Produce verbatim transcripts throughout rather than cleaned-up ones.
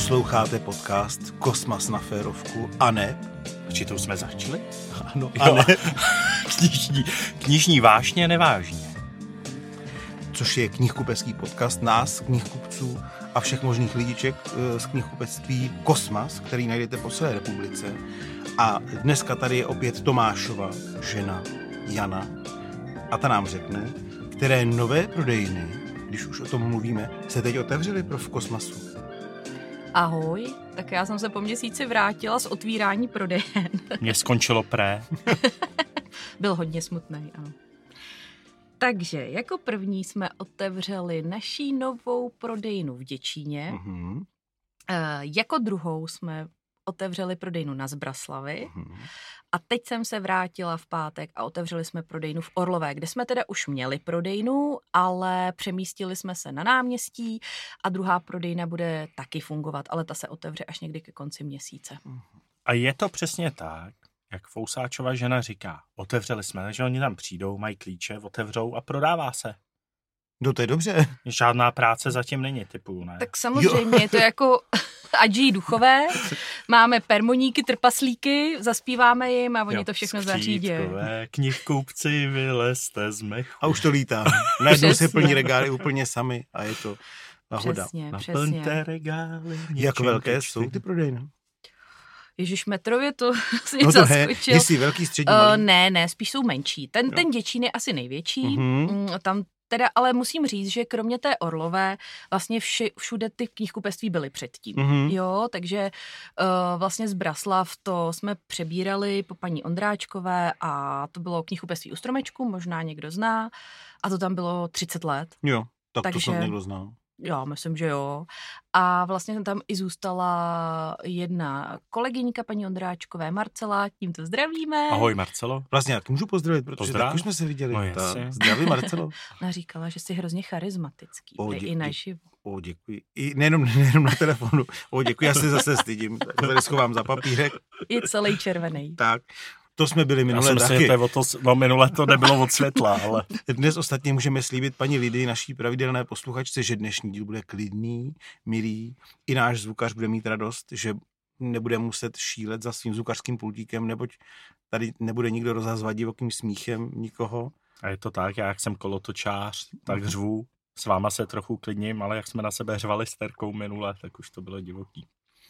Posloucháte podcast Kosmas na férovku a ne? Určitou jsme začali? Ano, a ne? knižní, knižní vášně nevážně. Což je knihkupecký podcast nás, knihkupců a všech možných lidiček z knihkupectví Kosmas, který najdete po celé republice. A dneska tady je opět Tomášova žena Jana a ta nám řekne, které nové prodejny, když už o tom mluvíme, se teď otevřely pro v Kosmasu. Ahoj, tak já jsem se po měsíci vrátila z otvírání prodejen. Mně skončilo pré. Byl hodně smutný, ano. Takže jako první jsme otevřeli naší novou prodejnu v Děčíně. Mm-hmm. E, jako druhou jsme otevřeli prodejnu na Zbraslavi. Mm-hmm. A teď jsem se vrátila v pátek a otevřeli jsme prodejnu v Orlové, kde jsme teda už měli prodejnu, ale přemístili jsme se na náměstí a druhá prodejna bude taky fungovat, ale ta se otevře až někdy ke konci měsíce. A je to přesně tak, jak Fousáčova žena říká. Otevřeli jsme, že oni tam přijdou, mají klíče, otevřou a prodává se. No to je dobře. Žádná práce zatím není, typu, ne? Tak samozřejmě, je to jako adží duchové, máme permoníky, trpaslíky, zaspíváme jim a oni jo, to všechno zařídí. Knihkupci, vylezte z mechu. A už to lítá. Najednou se plní regály úplně sami a je to nahoda. Přesně, Naplňte přesně. regály. Jak velké jsou ty prodejny? Ježiš, metrově to si no to zaskočil. Je, jestli velký, střední, uh, malý? Ne, ne, spíš jsou menší. Ten, ten Děčín je asi největší. Mm-hmm. Tam teda, ale musím říct, že kromě té Orlové vlastně vši, všude ty knihkupectví byly předtím. Mm-hmm. Jo, takže uh, vlastně z Braslav to jsme přebírali po paní Ondráčkové a to bylo knihkupectví u Stromečku, možná někdo zná. A to tam bylo třicet let. Jo, tak takže, to snad někdo zná. Já myslím, že jo. A vlastně tam i zůstala jedna kolegyňka paní Ondráčkové, Marcela, tímto zdravíme. Ahoj Marcelo. Vlastně jak můžu pozdravit, protože Pozdrav. tak už jsme se viděli. No tak, zdraví Marcelo. Ona říkala, že jsi hrozně charismatický. O, I naživo. O, děkuji. I nejenom, nejenom na telefonu. O, děkuji, já se zase stydím. Tak tady schovám za papírek. Je celý červený. Tak. To jsme byli minule taky. taky. To to, no minule to nebylo od světla, ale... Dnes ostatně můžeme slíbit paní Lidii, naší pravidelné posluchačce, že dnešní díl bude klidný, milý. I náš zvukař bude mít radost, že nebude muset šílet za svým zvukařským pultíkem, neboť tady nebude nikdo rozhazovat divokým smíchem nikoho. A je to tak, já jak jsem kolotočář, tak řvu. S váma se trochu klidním, ale jak jsme na sebe řvali s Terkou minule, tak už to bylo divoký.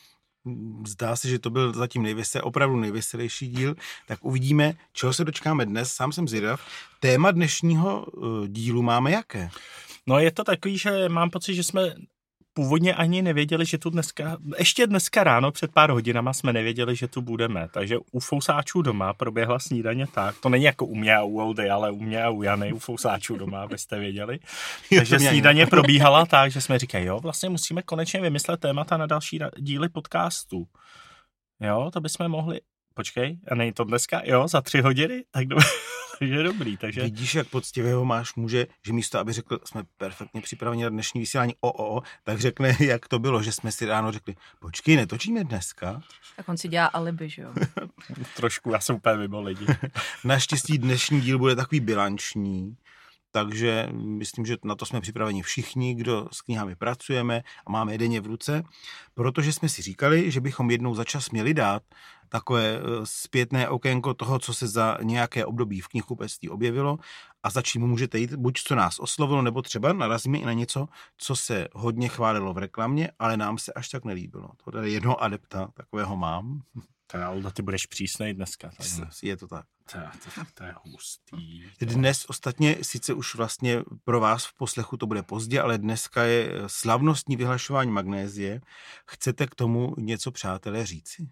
Zdá se, že to byl zatím nejvesel, opravdu nejveselější díl, tak uvidíme, čeho se dočkáme dnes. Sám jsem zvědav. Téma dnešního uh, dílu máme jaké? No je to takový, že mám pocit, že jsme původně ani nevěděli, že tu dneska, ještě dneska ráno před pár hodinama jsme nevěděli, že tu budeme. Takže u Fousáčů doma proběhla snídaně tak. To není jako u mě a u Oldy, ale u mě a u Jany, u Fousáčů doma, abyste věděli. Takže snídaně probíhala tak, že jsme říkali, jo, vlastně musíme konečně vymyslet témata na další díly podcastu. Jo, to bychom mohli, počkej, a není to dneska, jo, za tři hodiny, tak dobře. Takže dobrý, takže... Vidíš, jak poctivého máš muže, že místo, aby řekl, jsme perfektně připraveni na dnešní vysílání, o, o, o, tak řekne, jak to bylo, že jsme si ráno řekli, počkej, netočíme dneska? Tak on si dělá alibi, že jo? Trošku, já jsem úplně mimo lidi. Naštěstí dnešní díl bude takový bilanční, takže myslím, že na to jsme připraveni všichni, kdo s knihami pracujeme a máme je denně v ruce, protože jsme si říkali, že bychom jednou za čas měli dát takové zpětné okénko toho, co se za nějaké období v knihkupectví objevilo a za čím můžete jít, buď co nás oslovilo, nebo třeba narazíme i na něco, co se hodně chválilo v reklamě, ale nám se až tak nelíbilo. To tady jednoho adepta, takového mám. Aldo, ty budeš přísnej dneska. Tak. Je to tak. To, to, to je hustý. Dnes ostatně, sice už vlastně pro vás v poslechu to bude pozdě, ale dneska je slavnostní vyhlašování magnézie. Chcete k tomu něco, přátelé, říci?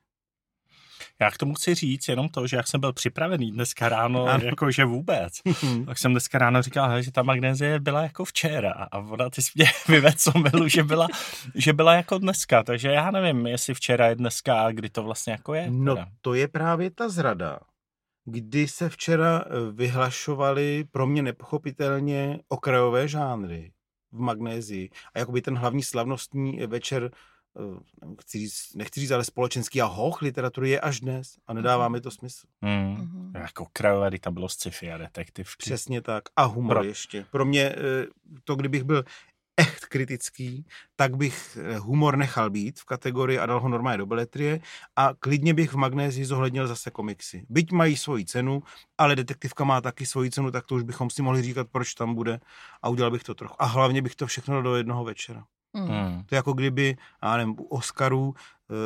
Já k tomu chci říct jenom to, že jak jsem byl připravený dneska ráno, jakože vůbec, tak jsem dneska ráno říkal, hele, že ta magnézie byla jako včera a ona ty jsi mě vyvedl co milu, že byla, že byla jako dneska, takže já nevím, jestli včera je dneska a kdy to vlastně jako je. No teda. To je právě ta zrada, kdy se včera vyhlašovaly pro mě nepochopitelně okrajové žánry v magnézii a jakoby ten hlavní slavnostní večer, Chci říct, nechci říct, ale společenský a hoch literatury je až dnes a nedává mi to smysl. Mm. Mm. Jako krajové, tam bylo sci-fi a detektivky. Přesně tak. A humor Pro... ještě. Pro mě to, kdybych byl echt kritický, tak bych humor nechal být v kategorii a dal ho normálně do beletrie a klidně bych v Magnézii zohlednil zase komiksy. Byť mají svoji cenu, ale detektivka má taky svoji cenu, tak to už bychom si mohli říkat, proč tam bude a udělal bych to trochu. A hlavně bych to všechno dal do jednoho večera. Hmm. To je jako kdyby, já nevím, u Oscarů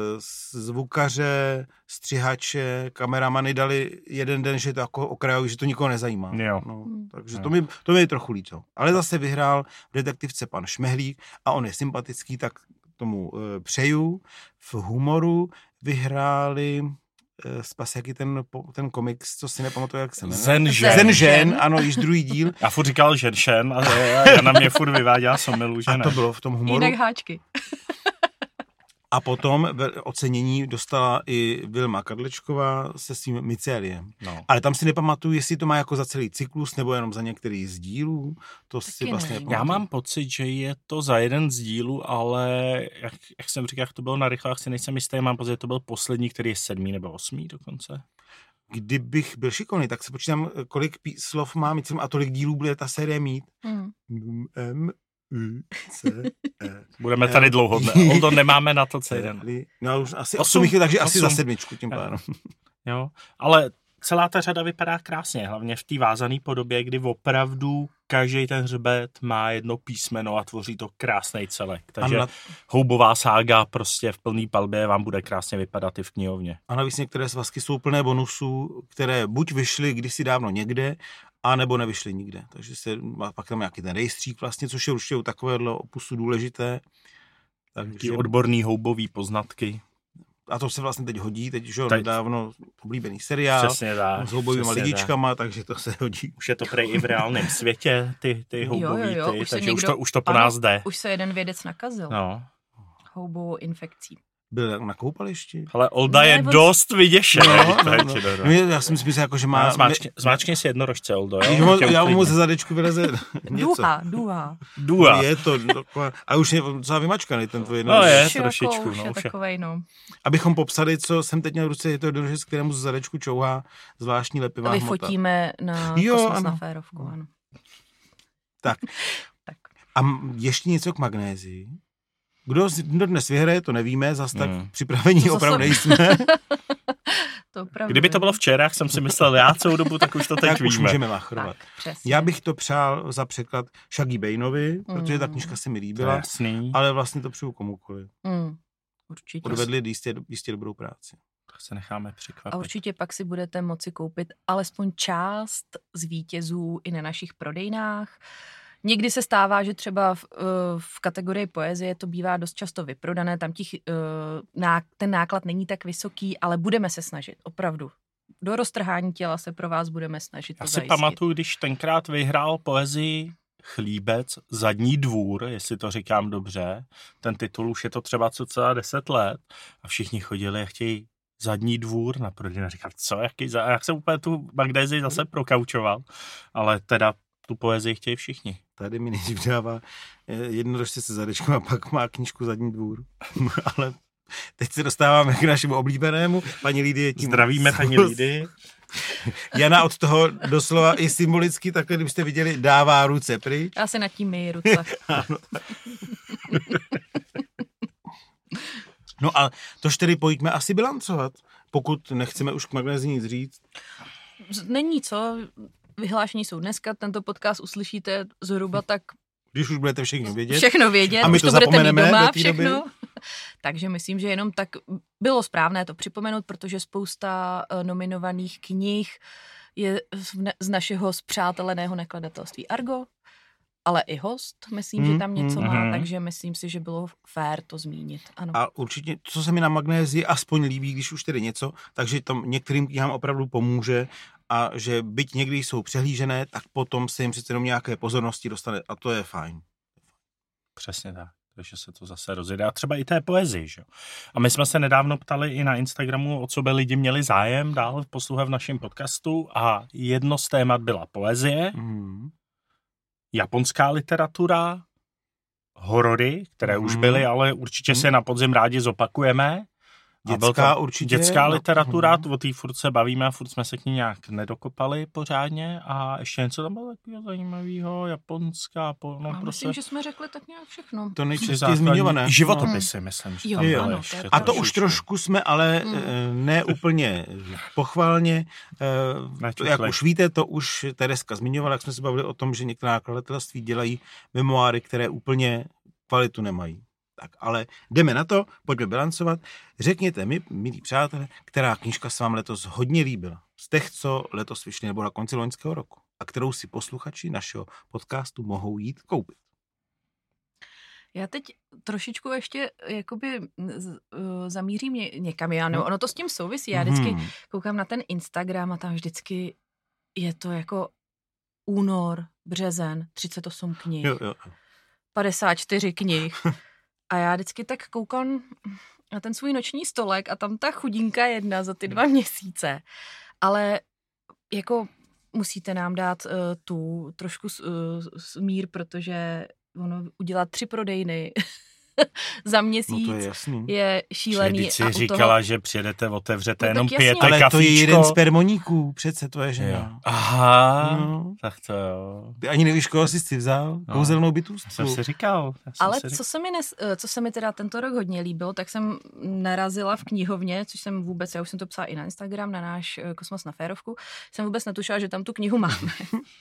zvukaře, střihače, kameramany dali jeden den, že to jako okrajový, že to nikoho nezajímá. Jo. No, takže jo. To, mi, to mi je trochu líto. Ale zase vyhrál v detektivce pan Šmehlík a on je sympatický, tak tomu e, přeju. V humoru vyhráli e, spas, jaký ten, ten komiks, co si nepamatuju, jak se jmenuje. Zen žen. Zen žen, ano, již druhý díl. Já furt říkal žen šen a já na mě furt vyváděla somilu, že a ne. to bylo v tom humoru. Jinak háčky. A potom ocenění dostala i Vilma Kadlečková se svým Mycéliem. No. Ale tam si nepamatuju, jestli to má jako za celý cyklus, nebo jenom za některý z dílů. To Taky si vlastně nepamatuju. Já mám pocit, že je to za jeden z dílů, ale jak, jak jsem říkal, jak to bylo na rychlách, si nejsem jistý, mám pocit, že to byl poslední, který je sedmý nebo osmý dokonce. Kdybych byl šikovný, tak se počítám, kolik pí- slov má mít a tolik dílů bude ta série mít. Mm. M, U, C, E. Budeme tady dlouho, ne? To nemáme na to celý den. No už asi osm, osm takže osm. Asi za sedmičku tím pádem. Jo, ale celá ta řada vypadá krásně, hlavně v té vázané podobě, kdy opravdu každý ten hřbet má jedno písmeno a tvoří to krásný celek. Takže na... houbová sága prostě v plný palbě vám bude krásně vypadat i v knihovně. A navíc některé svazky jsou plné bonusů, které buď vyšly kdysi dávno někde, a nebo nevyšly nikde. Takže se pak tam nějaký ten rejstřík vlastně, což je určitě u takového opusu důležité. Takže odborný houbový poznatky. A to se vlastně teď hodí, teď už je nedávno oblíbený seriál s houbovýma lidičkama, takže to se hodí. Už je to prej i v reálném světě, ty, ty houbový, jo, jo, jo. ty, už takže někdo, už, to, už to po ano, nás jde. Už se jeden vědec nakazil no. houbovou infekcí. Byl na koupališti. Ale Olda je on... dost vyděšený. No, no, no. No, já jsem si myslel, jako, že má... Zmáčkni, zmáčkni si jednorožce, Oldo. Jo? Mo, já mu ze zadečku vyleze něco. Duha, duha. Duha. Je to taková... A už je docela vymačkaný ten tvůj jednorožec. No je, Široko, trošičku. Už no, je takovej, no. Abychom popsali, co jsem teď měl v ruce, je to jednorožec, kterému ze zadečku čouhá zvláštní lepivá hmota. Vyfotíme na jo, Kosmos ano. Na férovku, ano. Tak. tak. A ještě něco k Magnézii. Kdo, kdo dnes vyhraje, to nevíme, zas tak hmm. připravení to opravdu nejsme. To opravdu. Kdyby to bylo včera, jak jsem si myslel já celou dobu, tak už to teď tak víme. už můžeme machrovat. Tak, já bych to přál za překlad Shaggy Bainovi, mm. protože ta knížka se mi líbila, jasný. Ale vlastně to přeju komukoliv. Mm. Určitě. Odvedli jistě, jistě dobrou práci. Tak se necháme překvapit. A určitě pak si budete moci koupit alespoň část z vítězů i na našich prodejnách. Někdy se stává, že třeba v, v kategorii poezie to bývá dost často vyprodané, tam těch, ten náklad není tak vysoký, ale budeme se snažit, opravdu. Do roztrhání těla se pro vás budeme snažit to Já si zajistit. pamatuju, když tenkrát vyhrál poezii Chlíbec, Zadní dvůr, jestli to říkám dobře, ten titul už je to třeba cca deset let a všichni chodili a chtějí Zadní dvůr na prodej. A říkal, co, jaký za... Jak jsem úplně tu Magnézii zase prokaučoval, ale teda tu poezii chtějí všichni. Tady mi nejdřív dává jednorožce se zadečkem a pak má knížku Zadní dvůr. Ale teď se dostáváme k našemu oblíbenému. Paní Lídie tím... Zdravíme paní Lídii. Jana od toho doslova i symbolicky, takhle kdybyste viděli, dává ruce pryč. Já se nad tím myji ruce. Ano. No a tož tedy pojďme asi bilancovat, pokud nechceme už k Magnézii nic říct. Není co... Vyhlášení jsou dneska, tento podcast uslyšíte zhruba tak... Když už budete všechno vědět. Všechno vědět, a my už to, to budete mít doma, všechno. Doby. Takže myslím, že jenom tak bylo správné to připomenout, protože spousta nominovaných knih je z našeho spřáteleného nakladatelství Argo, ale i Host, myslím, hmm, že tam něco hmm, má, hmm. takže myslím si, že bylo fér to zmínit. Ano. A určitě, co se mi na Magnézii aspoň líbí, když už tedy něco, takže tam některým knihám opravdu pomůže a že byť někdy jsou přehlížené, tak potom se jim přece jenom nějaké pozornosti dostane a to je fajn. Přesně tak. Takže se to zase rozjede. A třeba i té poezii, že? A my jsme se nedávno ptali i na Instagramu, o co by lidi měli zájem dál poslouchat v našem podcastu a jedno z témat byla poezie, mm. japonská literatura, horory, které mm. už byly, ale určitě mm. se na podzim rádi zopakujeme Dětská určitě. Dětská no. literatura, o té furt se bavíme a furt jsme se k ní nějak nedokopali pořádně a ještě něco tam bylo takového zajímavého, japonská, po, no a prostě... myslím, že jsme řekli tak nějak všechno. To nejčastěji zmiňované. Životopisy, no. myslím, že jo, tam ano, ještě. A to už trošku jsme, ale mm. ne úplně pochválně. Jak už víte, to už Tereska zmiňovala, jak jsme se bavili o tom, že některá nakladatelství dělají memoáry, které úplně kvalitu nemají. Tak, ale jdeme na to, pojďme bilancovat. Řekněte mi, milí přátelé, která knížka se vám letos hodně líbila. Z těch, co letos vyšly nebo na konci loňského roku. A kterou si posluchači našeho podcastu mohou jít koupit. Já teď trošičku ještě jakoby zamířím ně, někam. Já, no, ono to s tím souvisí. Já vždycky hmm. koukám na ten Instagram a tam vždycky je to jako únor, březen, třicet osm knih, jo, jo. padesát čtyři knih. A já vždycky tak koukám na ten svůj noční stolek a tam ta chudinka jedna za ty dva měsíce. Ale jako musíte nám dát uh, tu trošku uh, smír, protože ono udělat tři prodejny za měsíc no to je, jasný. je šílený. Vždyť si říkala, toho... že přijedete, otevřete no, jenom pijete ale kafíčko. To je jeden z permoníků, přece to je žena. Jo. Aha, no. tak to jo. Ty ani nevíš, koho jsi si vzal? No. Kouzelnou bytůstku. Jsem si říkal. Jsem ale si co, říkal. Se mi nes, co se mi teda tento rok hodně líbilo, tak jsem narazila v knihovně, což jsem vůbec, já už jsem to psala i na Instagram, na náš Kosmos na férovku, jsem vůbec netušila, že tam tu knihu máme.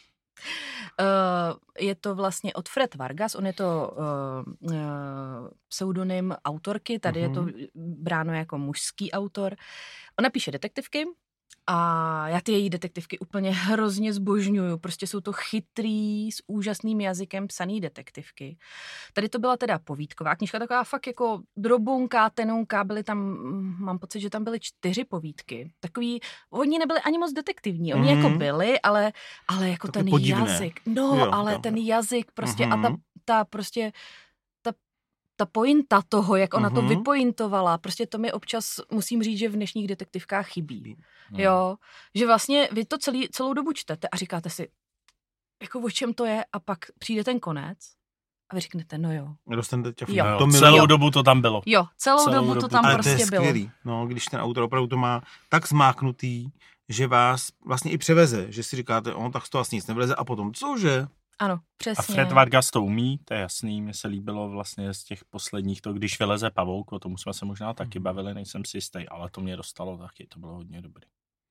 Uh, je to vlastně od Fred Vargas, on je to uh, uh, pseudonym autorky, tady uh-huh. je to bráno jako mužský autor. Ona píše detektivky a já ty její detektivky úplně hrozně zbožňuju, prostě jsou to chytrý, s úžasným jazykem psaný detektivky. Tady to byla teda povídková knížka, taková fakt jako drobunká, tenouká, byly tam, mám pocit, že tam byly čtyři povídky. Takový, oni nebyli ani moc detektivní, oni mm. jako byli, ale, ale jako taky ten podivné. jazyk, no, jo, ale jo. ten jazyk prostě mm-hmm. a ta, ta prostě ta pointa toho, jak ona mm-hmm. to vypointovala, prostě to mi občas, musím říct, že v dnešních detektivkách chybí. Mm. Jo, že vlastně vy to celý, celou dobu čtete a říkáte si, jako o čem to je a pak přijde ten konec a vy řeknete, no jo. Dostanete tě jo. To celou jo. dobu to tam bylo. Jo, celou, celou dobu, dobu to tam ale prostě bylo. Ale to je skvělý, bylo. no, když ten autor opravdu to má tak zmáknutý, že vás vlastně i převeze, že si říkáte, on tak z toho vlastně nic nevleze a potom, cože? Ano, přesně. A Fred Vargas to umí, to je jasný, mně se líbilo vlastně z těch posledních, to když vyleze pavouk, o tom jsme se možná taky bavili, nejsem si jistý, ale to mě dostalo taky, to bylo hodně dobrý.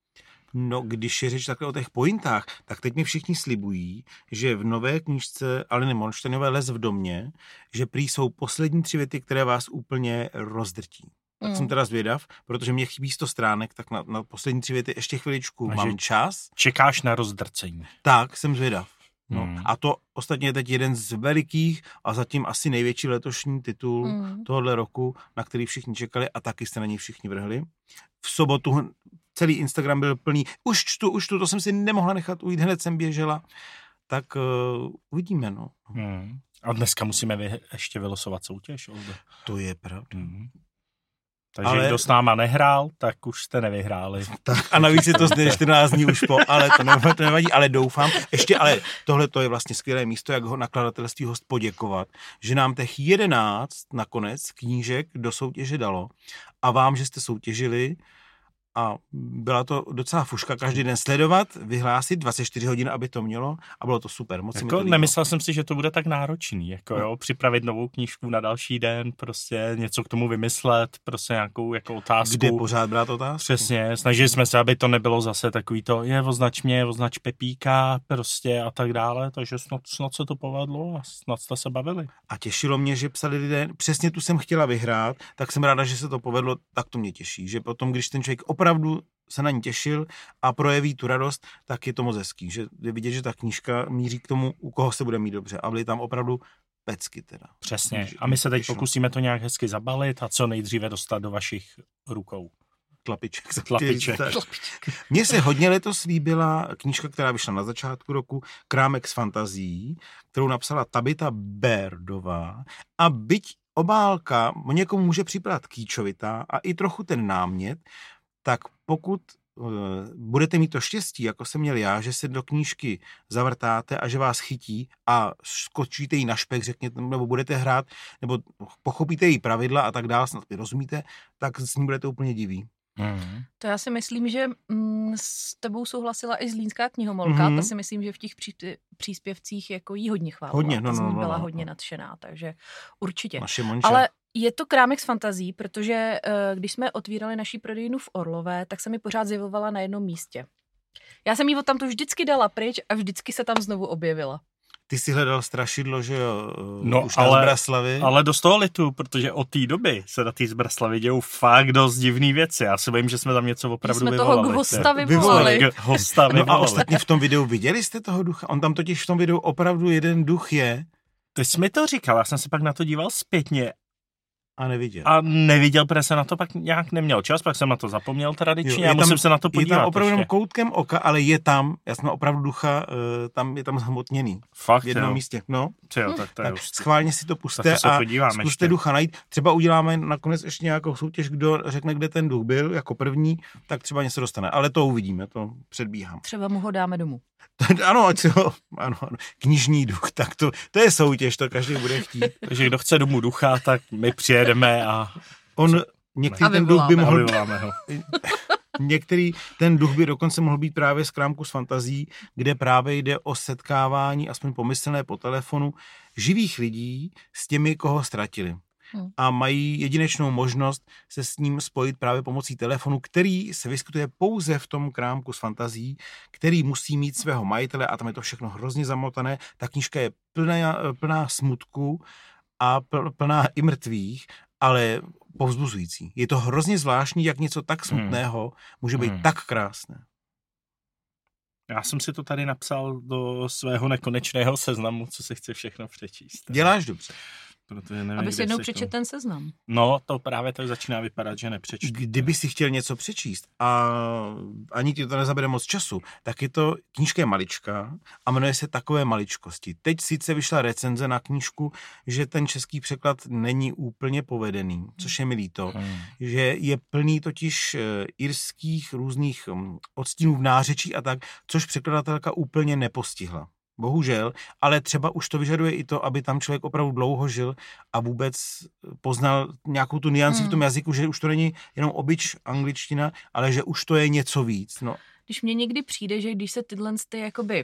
No, když je řeč takhle o těch pointách, tak teď mi všichni slibují, že v nové knížce Aliny Monštejnové Les v domě, že prý jsou poslední tři věty, které vás úplně rozdrtí. Tak mm. jsem teda zvědav, protože mě chybí sto stránek, tak na, na poslední tři věty ještě chviličku a mám čas. Čekáš na rozdrcení. Tak, jsem zvědav. No. Hmm. A to ostatně je teď jeden z velikých a zatím asi největší letošní titul hmm. tohohle roku, na který všichni čekali a taky jste na něj všichni vrhli. V sobotu celý Instagram byl plný. Už čtu, už čtu, to jsem si nemohla nechat ujít, hned jsem běžela. Tak uh, uvidíme, no. Hmm. A dneska musíme vy, ještě vylosovat soutěž. Olde. To je pravda. Hmm. Takže ale... kdo s náma nehrál, tak už jste nevyhráli. Tak a navíc je to zde čtrnáct dní už po, ale to nevadí, to nevadí, ale doufám. Ještě, ale tohle to je vlastně skvělé místo, jak ho nakladatelství host poděkovat, že nám těch jedenáct nakonec knížek do soutěže dalo a vám, že jste soutěžili a byla to docela fuška každý den sledovat, vyhlásit dvacet čtyři hodin, aby to mělo a bylo to super. Moc jako nemyslel jsem si, že to bude tak náročný, jako no. jo, připravit novou knížku na další den, prostě něco k tomu vymyslet, prostě nějakou jako otázku. Kde pořád brát otázku? Přesně, snažili jsme se, aby to nebylo zase takový to, je, označ mě, označ Pepíka, prostě a tak dále, takže snad, snad se to povedlo a snad jste se bavili. A těšilo mě, že psali lidé, přesně tu jsem chtěla vyhrát, tak jsem ráda, že se to povedlo, tak to mě těší, že potom, když ten člověk opravdu se na ní těšil a projeví tu radost, tak je to moc hezký, že je vidět, že ta knížka míří k tomu, u koho se bude mít dobře a byly tam opravdu pecky teda. Přesně. A my se teď pokusíme to nějak hezky zabalit a co nejdříve dostat do vašich rukou. Klapiček. Klapiček. Mně se hodně letos líbila knížka, která vyšla na začátku roku, Krámek s fantazií, kterou napsala Tabita Berdová a byť obálka někomu může připadat kýčovitá a i trochu ten námět, tak pokud uh, budete mít to štěstí, jako jsem měl já, že se do knížky zavrtáte a že vás chytí a skočíte jí na špek, řekněte, nebo budete hrát, nebo pochopíte její pravidla a tak dále, snad vy rozumíte, tak s ní budete úplně diví. Mm. To já si myslím, že mm, s tebou souhlasila i Zlínská knihomolka, mm. ta si myslím, že v těch pří, příspěvcích jako jí hodně chválila. Hodně, no, ta z ní no, no, byla no, hodně no. nadšená, takže určitě. Naše Monča. Ale je to krámek s fantazí, protože když jsme otvírali naší prodejnu v Orlové, tak se mi pořád zjevovala na jednom místě. Já jsem jí od tamto vždycky dala pryč a vždycky se tam znovu objevila. Ty jsi hledal strašidlo, že jo, no, už na ale, Zbraslavy. Ale dost toho litu, protože od té doby se na té Zbraslavy dějou fakt dost divný věci. Já si bojím, že jsme tam něco opravdu jsme vyvolali. Jsme toho hosta vyvolali. K hosta vyvolali. No a ostatně v tom videu viděli jste toho ducha? On tam totiž v tom videu opravdu jeden duch je. Ty jsi mi to říkal, já jsem se pak na to díval zpětně. A neviděl. A neviděl, protože jsem na to pak nějak neměl čas, pak jsem na to zapomněl tradičně jo, a musím tam, se na to podívat. Je tam opravdu ještě. koutkem oka, ale je tam, já jsem opravdu ducha, tam je tam zhmotněný. Fakt, v jednom jo. místě. No. Jo, tak to je tak už... schválně si to puste to a zkuste ještě. ducha najít. Třeba uděláme nakonec ještě nějakou soutěž, kdo řekne, kde ten duch byl jako první, tak třeba něco dostane. Ale to uvidíme, to předbíhám. Třeba mu ho dáme domů. Ano, co? Ano, ano. Knižní duch, tak to, to je soutěž, to každý bude chtít. Takže kdo chce domů ducha, tak my přijedeme a... On, některý ten duch by mohl... ho. Některý ten duch by dokonce mohl být právě z Krámku s fantazí, kde právě jde o setkávání, aspoň pomyslné po telefonu, živých lidí s těmi, koho ztratili. Hmm. A mají jedinečnou možnost se s ním spojit právě pomocí telefonu, který se vyskytuje pouze v tom Krámku s fantazí, který musí mít svého majitele a tam je to všechno hrozně zamotané. Ta knížka je plná, plná smutku a plná i mrtvých, ale povzbuzující. Je to hrozně zvláštní, jak něco tak smutného hmm. může být hmm. tak krásné. Já jsem si to tady napsal do svého nekonečného seznamu, co si chci všechno přečíst. Děláš dobře. Nevím, aby si jednou přečet ten seznam. No, to právě tak začíná vypadat, že nepřečtu. Kdyby si chtěl něco přečíst a ani ti to nezabere moc času, tak je to knížka je maličká a jmenuje se Takové maličkosti. Teď sice vyšla recenze na knížku, že ten český překlad není úplně povedený, což je mi líto, hmm. že je plný totiž irských různých odstínů v nářečí a tak, což překladatelka úplně nepostihla. Bohužel, ale třeba už to vyžaduje i to, aby tam člověk opravdu dlouho žil a vůbec poznal nějakou tu nianci hmm. v tom jazyku, že už to není jenom obyč angličtina, ale že už to je něco víc. No. Když mně někdy přijde, že když se tyhle ty jakoby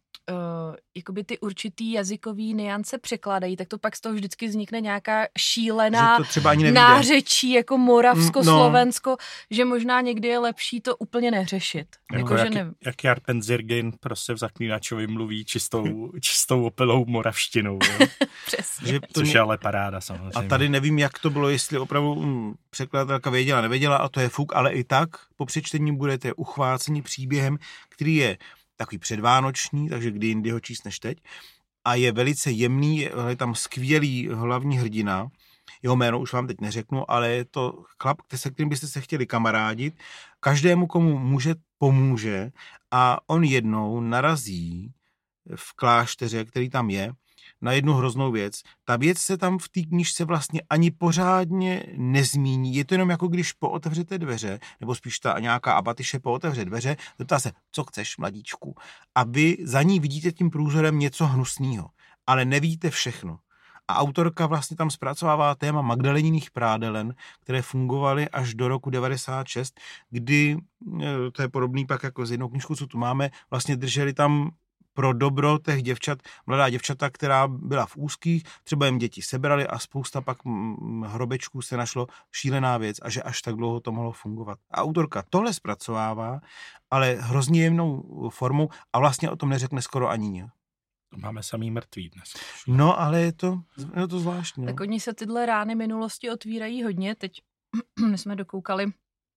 Uh, jakoby ty určitý jazykový niance překládají, tak to pak z toho vždycky vznikne nějaká šílená nářečí, jako Moravsko, no. Slovensko, že možná někdy je lepší to úplně neřešit. Jako, jako jak, že jak Jarpen Zirgin prostě v Zaklínačovi mluví čistou, čistou opilou moravštinou. Přesně. Že to Což je ale paráda samozřejmě. A tady nevím, jak to bylo, jestli opravdu hm, překladatelka věděla, nevěděla, a to je fuk, ale i tak po přečtení budete uchváceni příběhem, který je takový předvánoční, takže kdy jindy ho číst než teď. A je velice jemný, je tam skvělý hlavní hrdina. Jeho jméno už vám teď neřeknu, ale je to chlap, se kterým byste se chtěli kamarádit. Každému, komu může, pomůže a on jednou narazí v klášteře, který tam je, na jednu hroznou věc. Ta věc se tam v té knížce vlastně ani pořádně nezmíní. Je to jenom jako když pootevřete dveře, nebo spíš ta nějaká abatyše pootevře dveře, zeptá se, co chceš, mladíčku. A vy za ní vidíte tím průzorem něco hnusného, ale nevíte všechno. A autorka vlastně tam zpracovává téma Magdaleniných prádelen, které fungovaly až do roku devadesát šest, kdy, to je podobný pak jako z jednou knížku, co tu máme, vlastně drželi tam pro dobro těch děvčat, mladá děvčata, která byla v úzkých, třeba jim děti sebrali a spousta pak hrobečků se našlo, šílená věc a že až tak dlouho to mohlo fungovat. A autorka tohle zpracovává, ale hrozně jemnou formou a vlastně o tom neřekne skoro ani nic. To máme samý mrtví dnes. No, ale je to, je to zvláštní. Tak oni se tyhle rány minulosti otvírají hodně. Teď my jsme dokoukali,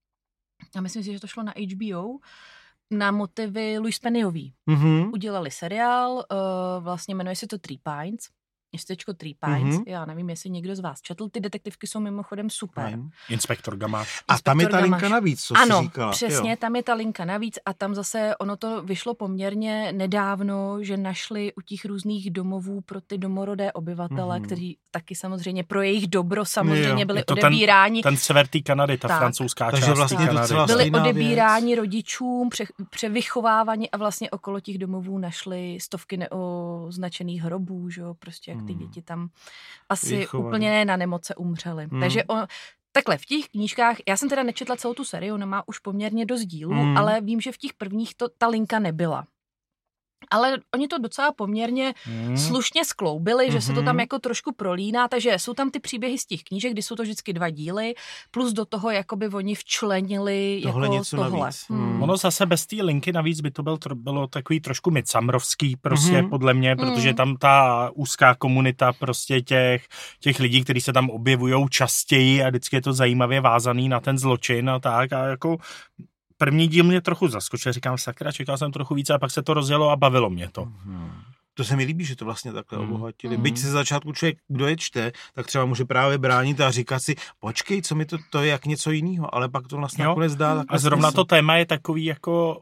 a myslím si, že to šlo na H B O, na motivy Louise Pennyový. Mm-hmm. Udělali seriál, uh, vlastně jmenuje se to Three Pines městečko Three Pines. Mm-hmm. Já nevím, jestli někdo z vás četl. Ty detektivky jsou mimochodem super. Fine. Inspektor Gamáš. A tam je ta linka Gamáš. Navíc, co ano, jsi říkala. Ano, přesně, jo. Tam je ta linka navíc a tam zase ono to vyšlo poměrně nedávno, že našli u těch různých domovů pro ty domorodé obyvatele, mm-hmm. kteří taky samozřejmě pro jejich dobro samozřejmě byli odebíráni. Ten, ten sever té Kanady, ta tak. francouzská část vlastně Kanady. Byli odebíráni rodičům, pře, převychovávaní a vlastně okolo těch domovů našli stovky neoznačených hrobů, že jo, prostě jak ty hmm. děti tam asi Vychovali. Úplně na nemoce umřely. Hmm. Takže on, takhle v těch knížkách, já jsem teda nečetla celou tu sérii, ona má už poměrně dost dílů, hmm. ale vím, že v těch prvních to, ta linka nebyla. Ale oni to docela poměrně hmm. slušně skloubili, že hmm. se to tam jako trošku prolíná, takže jsou tam ty příběhy z těch knížek, kdy jsou to vždycky dva díly, plus do toho jakoby oni včlenili tohle jako něco tohle. Hmm. Ono zase bez té linky navíc by to byl, bylo takový trošku midsamrovský prostě hmm. podle mě, protože tam ta úzká komunita prostě těch, těch lidí, kteří se tam objevujou častěji a vždycky je to zajímavě vázaný na ten zločin a tak a jako první díl mě trochu zaskočil, říkám sakra, čekal jsem trochu více a pak se to rozjelo a bavilo mě to. Hmm. To se mi líbí, že to vlastně takhle hmm. obohatili. Hmm. Byť se začátku člověk, kdo je čte, tak třeba může právě bránit a říkat si, počkej, co mi to, to je jak něco jiného, ale pak to vlastně nakonec dá. A zrovna smysl. To téma je takový jako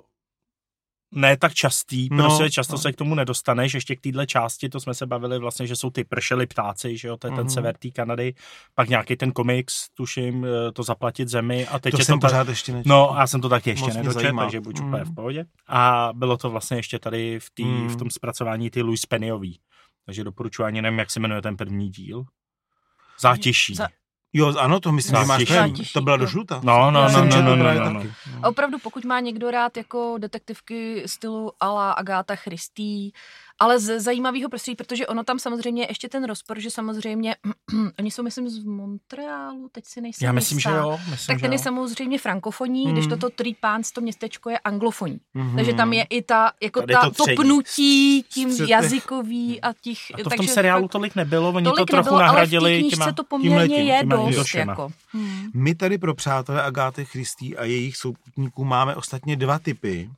ne tak častý, no, prostě často no. se k tomu nedostaneš, ještě k téhle části, to jsme se bavili vlastně, že jsou ty pršely ptáci, že jo, to je ten mm. sever té Kanady, pak nějaký ten komiks, tuším, to Zaplatit zemi a teď to je jsem to pořád ještě nečetl. No, já jsem to taky ještě Moc nedočet, takže buď mm. úplně v pohodě. A bylo to vlastně ještě tady v, tý, mm. v tom zpracování ty Louise Pennyový, takže doporučuji, ani nevím, jak se jmenuje ten první díl. Zátěší. Za... Jo, ano, to myslím, Zátěší. že máš těší, to byla do žluta. No, no, no, no, no, no, no, no. A opravdu, pokud má někdo rád jako detektivky stylu a la Agatha Christie, ale z zajímavého prostředí, protože ono tam samozřejmě ještě ten rozpor, že samozřejmě oni jsou, myslím, z Montrealu, teď si nejsem Já myslím, jistá. Že jo. Myslím, tak ten že je jo. samozřejmě frankofonní, mm. když toto Three Pines, to městečko je anglofonní. Mm-hmm. Takže tam je i ta, jako ta, to, to pnutí tím Střety. Jazykový a těch... A to takže v tom seriálu fakt, tolik nebylo, oni tolik to trochu nebylo, nahradili ale v té knížce to poměrně je dost. Jako. Hmm. My tady pro přátelé Agáty Christie a jejich souputníků máme ostatně dva typy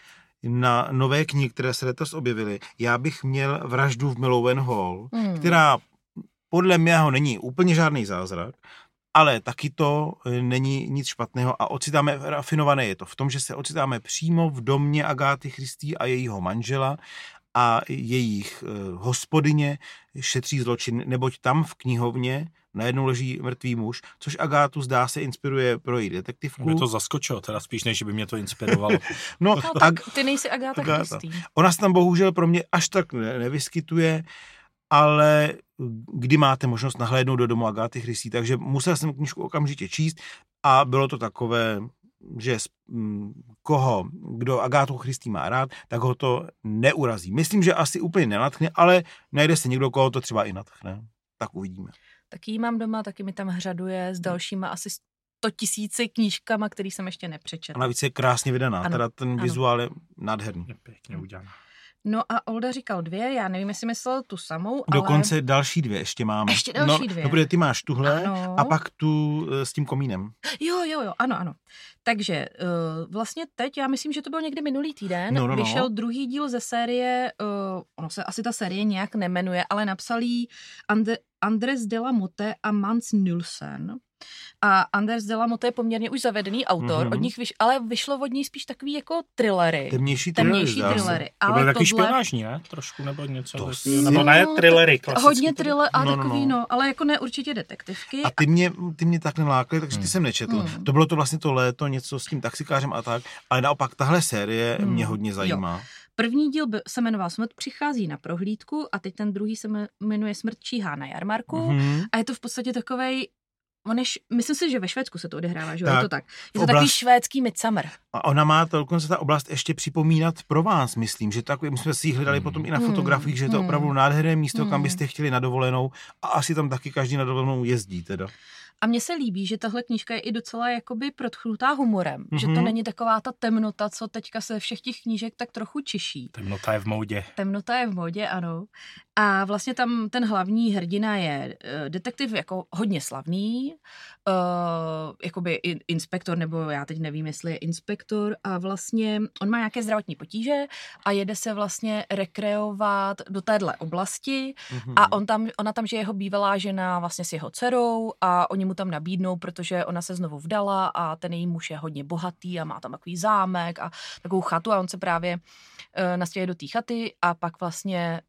na nové knihy, které se letos objevily. Já bych měl Vraždu v Melowen Hall, hmm. která podle mého není úplně žádný zázrak, ale taky to není nic špatného a ocitáme, rafinované je to v tom, že se ocitáme přímo v domě Agáty Christie a jejího manžela a jejich uh, hospodyně šetří zločin, neboť tam v knihovně najednou leží mrtvý muž, což Agátu zdá se inspiruje pro její detektivku. Mě to zaskočilo, teda spíš než by mě to inspirovalo. no, no tak Ag- ty nejsi Agáta Christie. Ona se tam bohužel pro mě až tak ne- nevyskytuje, ale kdy máte možnost nahlédnout do domu Agáty Christie, takže musel jsem knížku okamžitě číst a bylo to takové, že koho, kdo Agátu Christie má rád, tak ho to neurazí. Myslím, že asi úplně nenatchne, ale najde se někdo, koho to třeba i natchne. Tak uvidíme. Taky ji mám doma, taky mi tam hřaduje s dalšíma asi sto tisíci knížkama, který jsem ještě nepřečetla. A navíc je krásně vydaná, ano, teda ten vizuál je nádherný. Je pěkně udělaná. No a Olda říkal dvě, já nevím, jestli myslel tu samou, Dokonce ale... další dvě ještě máme. Ještě další no, dvě. No, protože ty máš tuhle ano. a pak tu s tím komínem. Jo, jo, jo, ano, ano. Takže uh, vlastně teď, já myslím, že to byl někdy minulý týden, no, no, no. vyšel druhý díl ze série, uh, ono se asi ta série nějak nemenuje, ale napsal jí And- Andres de la Motte a Mans Nielsen. A Anders de la Motte je poměrně už zavedený autor, mm-hmm. od nich vyš, ale vyšlo od něj spíš takový jako thrillery. Temnější thrillery. Temnější thrillery. To byly takový tohle... špionážní, ne? Trošku nebo něco. To si... Nebo ne thrillery klasicky. Hodně thriller a no, takový, no, no. no, ale jako ne určitě detektivky. A ty mě, ty mě tak nelákly, takže ty hmm. jsem nečetl. Hmm. To bylo to vlastně to léto, něco s tím taxikářem a tak, ale naopak tahle série hmm. mě hodně zajímá. Jo. První díl se jmenoval Smrt přichází na prohlídku a teď ten druhý se jmenuje Smrt číhá na jarmarku hmm. a je to v podstatě takovej Oneš, myslím si, že ve Švédsku se to odehrává, že tak, je to tak. Je to oblast, takový švédský Midsummer. A ona má dokonce ta oblast ještě připomínat Provence, myslím, že tak, my jsme si ji hledali hmm. potom i na hmm. fotografiích, že je to hmm. opravdu nádherné místo, hmm. kam byste chtěli na dovolenou a asi tam taky každý na dovolenou jezdí teda. A mně se líbí, že tahle knížka je i docela jakoby protchnutá humorem. Mm-hmm. Že to není taková ta temnota, co teďka se všech těch knížek tak trochu čiší. Temnota je v módě. Temnota je v módě, ano. A vlastně tam ten hlavní hrdina je uh, detektiv jako hodně slavný, uh, jakoby in, inspektor, nebo já teď nevím, jestli je inspektor, a vlastně on má nějaké zdravotní potíže a jede se vlastně rekreovat do téhle oblasti mm-hmm. a on tam, ona tam žije jeho bývalá žena vlastně s jeho dcerou a oni mu tam nabídnou, protože ona se znovu vdala a ten její muž je hodně bohatý a má tam takový zámek a takovou chatu a on se právě uh, nastěhuje do té chaty a pak vlastně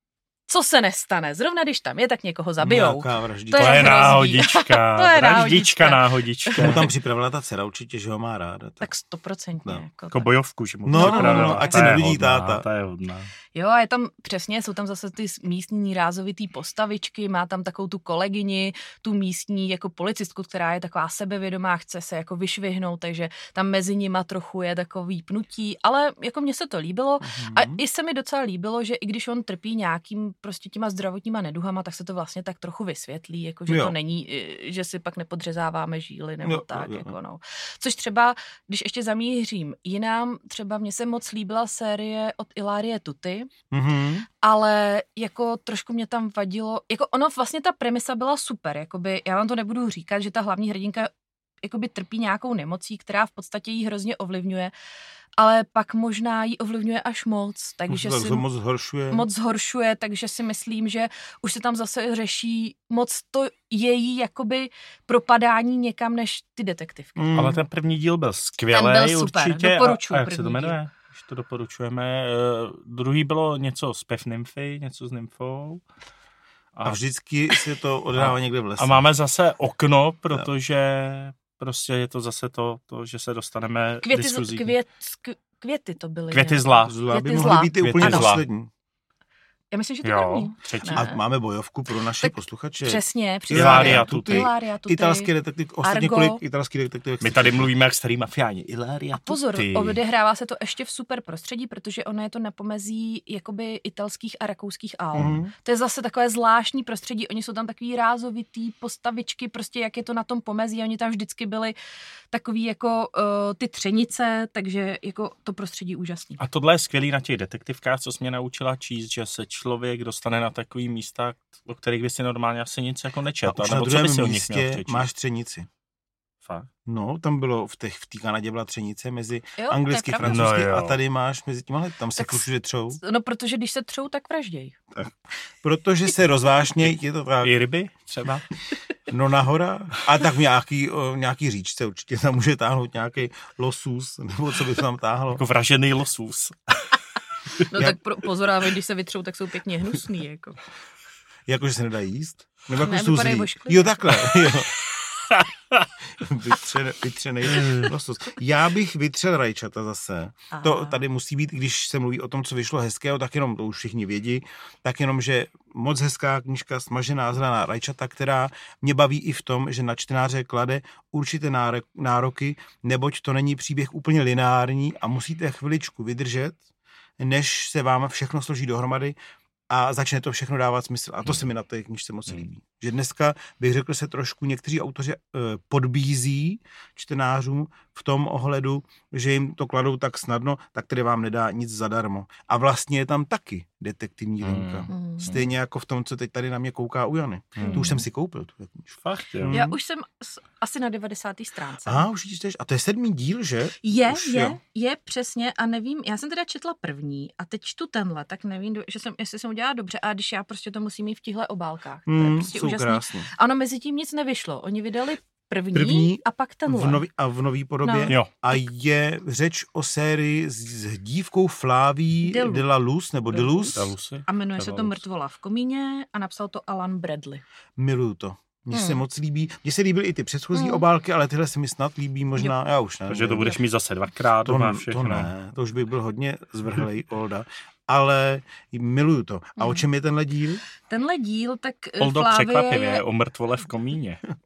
co se nestane? Zrovna když tam je, tak někoho zabijou. To je, to je náhodička. To je náhodička, náhodička. Mu tam připravila ta dcera určitě, že ho má ráda. Tak, tak stoprocentně. No. Jako, jako bojovku, že mu no, připravila. No, no, ať se nenudí táta. Ta je hodná. Jo, a je tam přesně, jsou tam zase ty místní rázovitý postavičky, má tam takovou tu kolegyni, tu místní jako policistku, která je taková sebevědomá, chce se jako vyšvihnout, takže tam mezi nima trochu je takový pnutí, ale jako mně se to líbilo mm-hmm. a i se mi docela líbilo, že i když on trpí nějakým prostě těma zdravotníma neduhama, tak se to vlastně tak trochu vysvětlí, jako že jo. To není, že si pak nepodřezáváme žíly nebo jo, tak, jo, jo. Jako no. Což třeba, když ještě zamířím jinam, třeba mně se moc líbila série od Ilarie Tuty, mm-hmm. ale jako trošku mě tam vadilo, jako ono vlastně ta premisa byla super, jakoby, já vám to nebudu říkat, že ta hlavní hrdinka jakoby trpí nějakou nemocí, která v podstatě jí hrozně ovlivňuje, ale pak možná jí ovlivňuje až moc, takže tak si moc zhoršuje. moc zhoršuje, takže si myslím, že už se tam zase řeší moc to její jakoby propadání někam než ty detektivky. Mm. Ale ten první díl byl skvělý, ten byl super, určitě. Doporučuji a, a jak se to jmenuje? Když to doporučujeme. Uh, druhý bylo něco z Pev Nymfy, něco s nymfou. A, a vždycky se to odehrává někde v lese. A máme zase okno, protože prostě je to zase to, to že se dostaneme květy, diskuzí. Květ, květy to byly. Květy zla. Zla květy by mohly zla. být i úplně poslední. Já myslím, že to jo, první. Třetí. A máme bojovku pro naše tak posluchače. Přesně. Ilaria Tuty. Italský detektiv. Ostatně kolik italských detektivek. My tady mluvíme jak starý mafiáni. Ilaria Tuty. A pozor, odehrává se to ještě v super prostředí, protože ono je to na pomezí jakoby italských a rakouských Alp. Mm. To je zase takové zvláštní prostředí. Oni jsou tam takový rázovitý postavičky, prostě jak je to na tom pomezí. Oni tam vždycky byli takový jako uh, ty třenice, takže jako to prostředí úžasný. A tohle je skvělý na těch detektivkách, co jsi mě naučila číst, že se člověk dostane na takový místa, o kterých by si normálně asi nic jako nečetl. A už na druhém místě máš třenici. Fakt? No, tam bylo, v té v Kanadě byla třenice mezi jo, anglicky, francouzsky no, a tady máš mezi těmahle, tam se všude třou. No, protože když se třou, tak vražděj. Tak. Protože se rozvášněj, je to tak. I ryby třeba? No nahora. A tak nějaký, o, nějaký říčce určitě tam může táhnout nějaký losus, nebo co by tam táhlo. Jako vražený losus. No jak... tak pro, pozor, ale když se vytřou, tak jsou pěkně hnusný, jako. Jakože se nedá jíst? Nebo jako ne, jsou zlý? Jo, takhle, jo. Vytře, vytřenej losos. Já bych vytřel rajčata zase. Aha. To tady musí být, když se mluví o tom, co vyšlo hezkého, tak jenom, to už všichni vědí, tak jenom, že moc hezká knížka, smažená zelená rajčata, která mě baví i v tom, že na čtenáře klade určité nároky, neboť to není příběh úplně lineární a musíte chviličku vydržet, než se vám všechno složí dohromady a začne to všechno dávat smysl. A to se mi na té knížce moc líbí. Že dneska, bych řekl, se trošku někteří autoři podbízí čtenářům v tom ohledu, že jim to kladou tak snadno, tak tedy vám nedá nic zadarmo. A vlastně je tam taky detektivní linka. Mm. Stejně jako v tom, co teď tady na mě kouká u Jany. Mm. Tu už jsem si koupil. Tu Fakt, jo. Já už jsem asi na devadesáté stránce. Aha, už čteš. A to je sedmý díl, že? Je, už, je, jo. je, přesně. A nevím, já jsem teda četla první a teď čtu tenhle, tak nevím, že jsem, jestli jsem udělala dobře. A když já prostě to musím mít v těchto obálkách. Mm, to je prostě úžasný. Krásný. Ano, mezi tím nic nevyšlo. Oni vydali první, první a pak tenhle. V nový, a v nový podobě. No. A je řeč o sérii s, s dívkou Flaví de la Luz, nebo de Luz. A jmenuje se to Mrtvola v komíně a napsal to Alan Bradley. Miluju to. Mně hmm. se moc líbí. Mně se líbily i ty předchozí hmm. obálky, ale tyhle se mi snad líbí možná, já už ne. Takže to budeš mít zase dvakrát doma všechno. To ne, to už bych byl hodně zvrhlej Olda. Ale miluju to. A o čem je tenhle díl? Tenhle díl, tak Oldo, Flávie překvapivě, je... o mrtvole v komíně.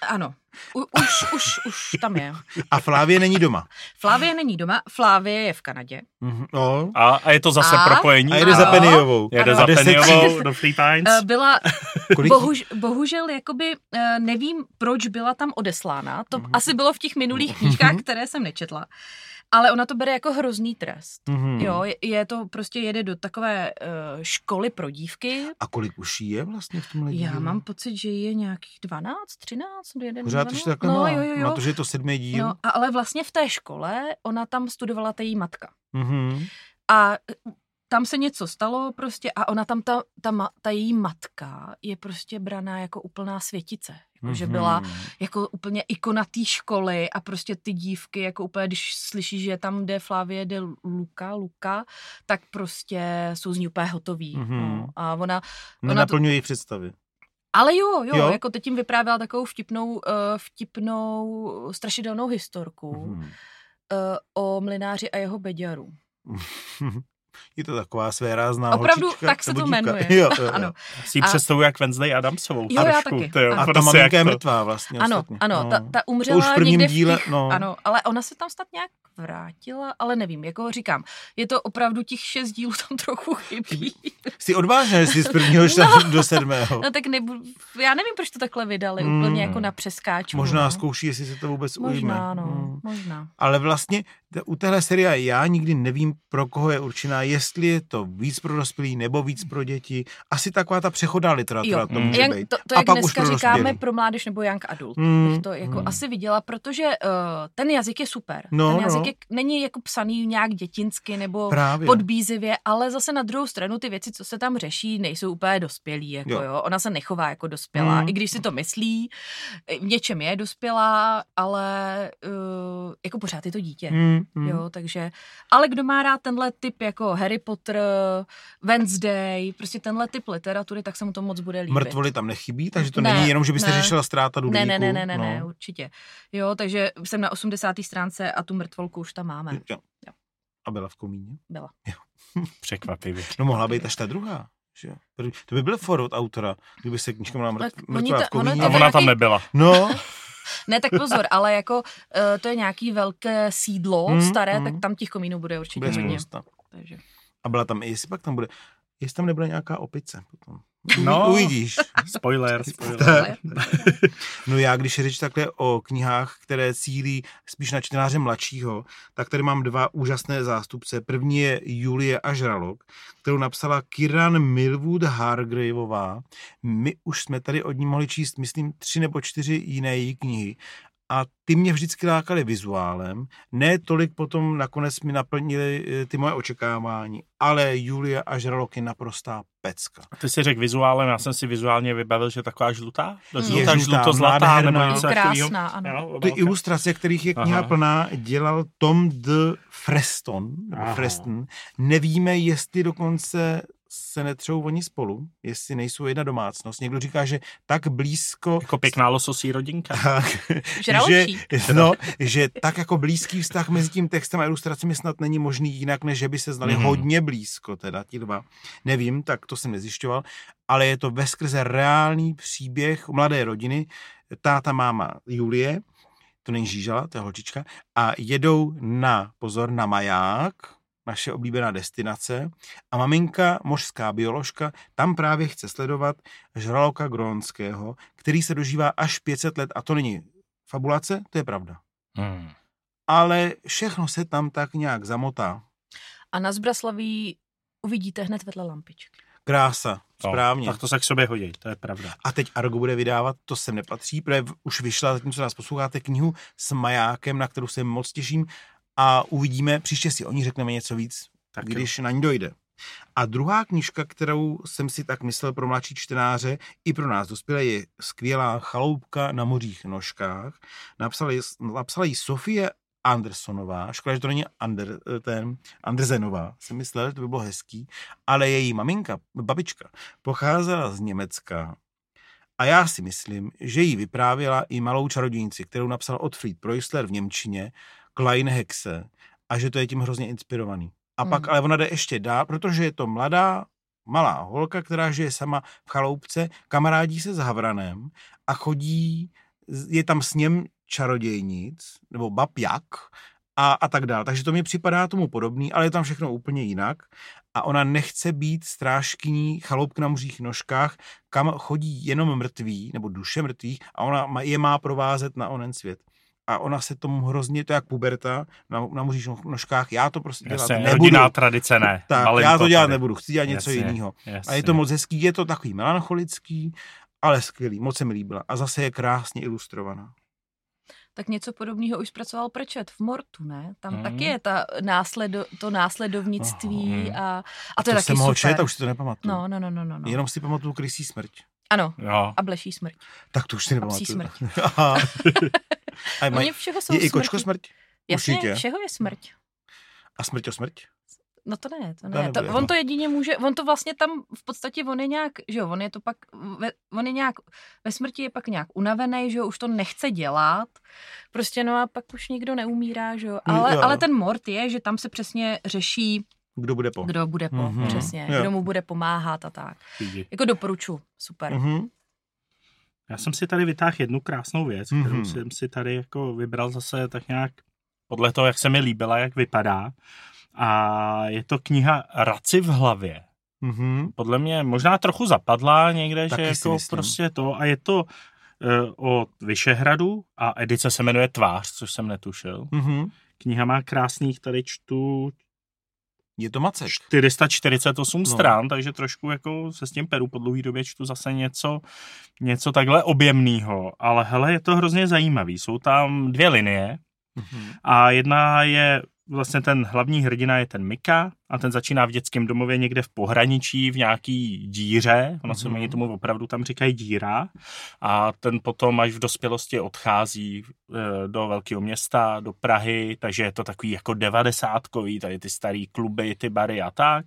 Ano, U, už, už, už tam je. A Flávie není doma. Flávie není doma, Flávie je v Kanadě. Mm-hmm. No. A, a je to zase a? propojení. A jede za Pennyovou. Jede za Pennyovou do Philippines. Byla, bohuž, bohužel, jakoby nevím, proč byla tam odeslána. To mm-hmm. asi bylo v těch minulých knížkách, které jsem nečetla. Ale ona to bere jako hrozný trest. Mm-hmm. Jo, je, je to prostě jede do takové uh, školy pro dívky. A kolik už jí je vlastně v tomhle díle? Já mám pocit, že je nějakých dvanáct, třináct, jeden, pořád ještě takhle no, má, jo, jo, jo. Na to, že je to sedmý díl. No, a ale vlastně v té škole ona tam studovala ta její matka. Mm-hmm. A tam se něco stalo prostě a ona tam, ta, ta, ta její matka je prostě braná jako úplná světice. Jako, mm-hmm. Že byla jako úplně ikona té školy a prostě ty dívky, jako úplně, když slyší, že tam jde Flávie de Luca, Luca, tak prostě jsou z ní úplně hotový. Mm-hmm. No. A ona... Nenaplňuje jejich představy. Ale jo, jo, jo, jako teď jim vyprávěla takovou vtipnou, uh, vtipnou strašidelnou historku mm-hmm. uh, o mlynáři a jeho beďaru. Je to taková svérázná opravdu, holčička. Tak se to jmenuje. Jo, jo, jo. Ano. Si ji představuji jak Wednesday Adamsovou. Jo, já taky. Tyjo, a ta maminka je mrtvá vlastně. Ano, ostatně. ano, no. ta, ta umřela už v prvním někde díle, v těch, no. Ano, ale ona se tam snad nějak vrátila, ale nevím, jako říkám, je to opravdu těch šest dílů tam trochu chybí. Jsi odvážná, jestli z prvního no, do sedmého. No tak nebudu, já nevím, proč to takhle vydali, mm. úplně jako na přeskáčku. Možná no. zkouší, jestli se to vůbec možná, ujme. Možná, no, mm. možná. Ale vlastně u téhle série já nikdy nevím, pro koho je určená, jestli je to víc pro dospělí nebo víc pro děti. Asi taková ta přechodná literatura to může mm. být. To, to a jak pak dneska už pro říkáme dospělí. Pro mládež nebo young adult. Mm. Bych to jako mm. asi viděla, protože uh, ten jazyk je super. No, ten jazyk no. je, není jako psaný nějak dětinsky nebo Právě. podbízivě, ale zase na druhou stranu ty věci, co se tam řeší, nejsou úplně dospělí. Jako, jo. Jo. Ona se nechová jako dospělá, mm. i když si to myslí, v něčem je dospělá, ale uh, jako pořád je to dítě. Mm. Mm. Jo, takže, ale kdo má rád tenhle typ jako Harry Potter, Wednesday, prostě tenhle typ literatury, tak se mu to moc bude líbit. Mrtvoly tam nechybí, takže to ne, není jenom, že byste ne. řešila ztráta dudlíku. Ne, ne, ne, ne, no. ne, určitě. Jo, takže jsem na osmdesáté stránce a tu mrtvolku už tam máme. Jo. Jo. A byla v komíně? Byla. Jo. Překvapivě. No mohla být až ta druhá. Že? To by byl for od autora, kdyby se knížka měla mrt, mrtvá ta, v komíně. A ona nějaký... tam nebyla. No. Ne, tak pozor, ale jako uh, to je nějaký velké sídlo mm, staré, mm. tak tam těch komínů bude určitě bude hodně. Takže. A byla tam, jestli pak tam bude, jestli tam nebude nějaká opice potom. No, uvidíš. Spoiler, spoiler. No já, když řeč takhle o knihách, které cílí spíš na čtenáře mladšího, tak tady mám dva úžasné zástupce. První je Julie a žralok, kterou napsala Kieran Millwood Hargraveová. My už jsme tady od ní mohli číst, myslím, tři nebo čtyři jiné její knihy. A ty mě vždycky lákaly vizuálem, ne tolik potom nakonec mi naplnily ty moje očekávání, ale Julia a žralok je naprostá pecka. A ty si řekl vizuálem, já jsem si vizuálně vybavil, že taková žlutá? Je žlutá, žluto-zlatá nebo něco takového. Krásná, ano. Jo, ty ilustrace, kterých je kniha Aha. plná, dělal Tom de Freston, nebo Freston. Nevíme, jestli dokonce se netřou oni spolu, jestli nejsou jedna domácnost. Někdo říká, že tak blízko... Jako pěkná lososí rodinka. Tak, že, no, že tak jako blízký vztah mezi tím textem a ilustracemi snad není možný jinak, než že by se znali mm-hmm. hodně blízko, teda ti dva. Nevím, tak to jsem nezjišťoval, ale je to veskrze reálný příběh mladé rodiny. Táta, máma Julie, to není Žížala, to je holčička, a jedou na, pozor, na maják, naše oblíbená destinace, a maminka, mořská bioložka, tam právě chce sledovat žraloka grónského, který se dožívá až pět set let, a to není fabulace, to je pravda. Hmm. Ale všechno se tam tak nějak zamotá. A na Zbraslaví uvidíte hned vedle lampičky. Krása, správně. No, tak to se k sobě hodí, to je pravda. A teď Argo bude vydávat, to sem nepatří, protože už vyšla, zatímco nás posloucháte, knihu s majákem, na kterou se moc těším, a uvidíme, příště si o ní řekneme něco víc, tak když jo. na ní dojde. A druhá knížka, kterou jsem si tak myslel pro mladší čtenáře, i pro nás dospělé, je skvělá Chaloupka na mořích nožkách. Napsala, napsala ji Sofie Andersonová, škoda, že to není Ander, ten, Andersenová, jsem myslel, že to by bylo hezký, ale její maminka, babička, pocházela z Německa a já si myslím, že jí vyprávěla i Malou čarodějnici, kterou napsal Otfried Preussler v němčině, Kleine Hexe, a že to je tím hrozně inspirovaný. A hmm. pak ale ona jde ještě dál, protože je to mladá, malá holka, která žije sama v chaloupce, kamarádí se s havranem a chodí je tam sněm čarodějnic, nebo bab jak, a, a tak dále. Takže to mi připadá tomu podobný, ale je tam všechno úplně jinak. A ona nechce být strážkyní chaloupk na mužích nožkách, kam chodí jenom mrtví, nebo duše mrtvých, a ona je má provázet na onen svět. A ona se tomu hrozně, to je jak puberta, na, na mužích nožkách, já to prostě dělat jasně, nebudu. Rodinná tradice ne. Tak, Malinko já to dělat tady. nebudu, chci dělat něco jasně, jiného. Jasně. A je to moc hezký, je to takový melancholický, ale skvělý, moc se mi líbila. A zase je krásně ilustrovaná. Tak něco podobného už zpracoval Pratchett v Mortu, ne? Tam hmm. taky je ta následo, to následovnictví oh, a, a, a to je to taky jsem mohl super. čet, a už si to nepamatuju. No, no, no, no, no. Jenom si pamatuju Krysí smrť. Ano, jo. a Bleší smrť. Tak to už si nepamatuju. A Psí smrť. A maj, všeho jsou je i smrti. kočko smrť? Jasně, Určitě. všeho je smrť. A smrť o smrť? No to ne, to To ne. nebude, To, on no. to jedině může, on to vlastně tam v podstatě, on je nějak, že jo, on je to pak, ve, on je nějak, ve smrti je pak nějak unavený, že jo, už to nechce dělat, prostě no a pak už nikdo neumírá, že jo, ale, jo. ale ten mort je, že tam se přesně řeší, Kdo bude po? kdo bude po, Mhm. přesně, Jo. kdo mu bude pomáhat a tak. Vidí. Jako doporučuji, super. Mhm. Já jsem si tady vytáhl jednu krásnou věc, kterou Mhm. jsem si tady jako vybral zase tak nějak podle toho, jak se mi líbila, jak vypadá. A je to kniha Raci v hlavě. Mhm. Podle mě možná trochu zapadla někde, Taky že si jako myslím. prostě to. A je to uh, od Vyšehradu a edice se jmenuje Tvář, což jsem netušil. Mhm. Kniha má krásných, tady čtu Je to macek. čtyři sta čtyřicet osm No. stran, takže trošku jako se s tím peru po dlouhý době čtu zase něco, něco takhle objemného. Ale hele, je to hrozně zajímavý. Jsou tam dvě linie Mhm. a jedna je vlastně ten hlavní hrdina je ten Mika a ten začíná v dětském domově někde v pohraničí v nějaký díře, ono se Mhm. mm-hmm. tomu opravdu tam říkají díra a ten potom až v dospělosti odchází e, do velkého města, do Prahy, takže je to takový jako devadesátkový, tady ty starý kluby, ty bary a tak.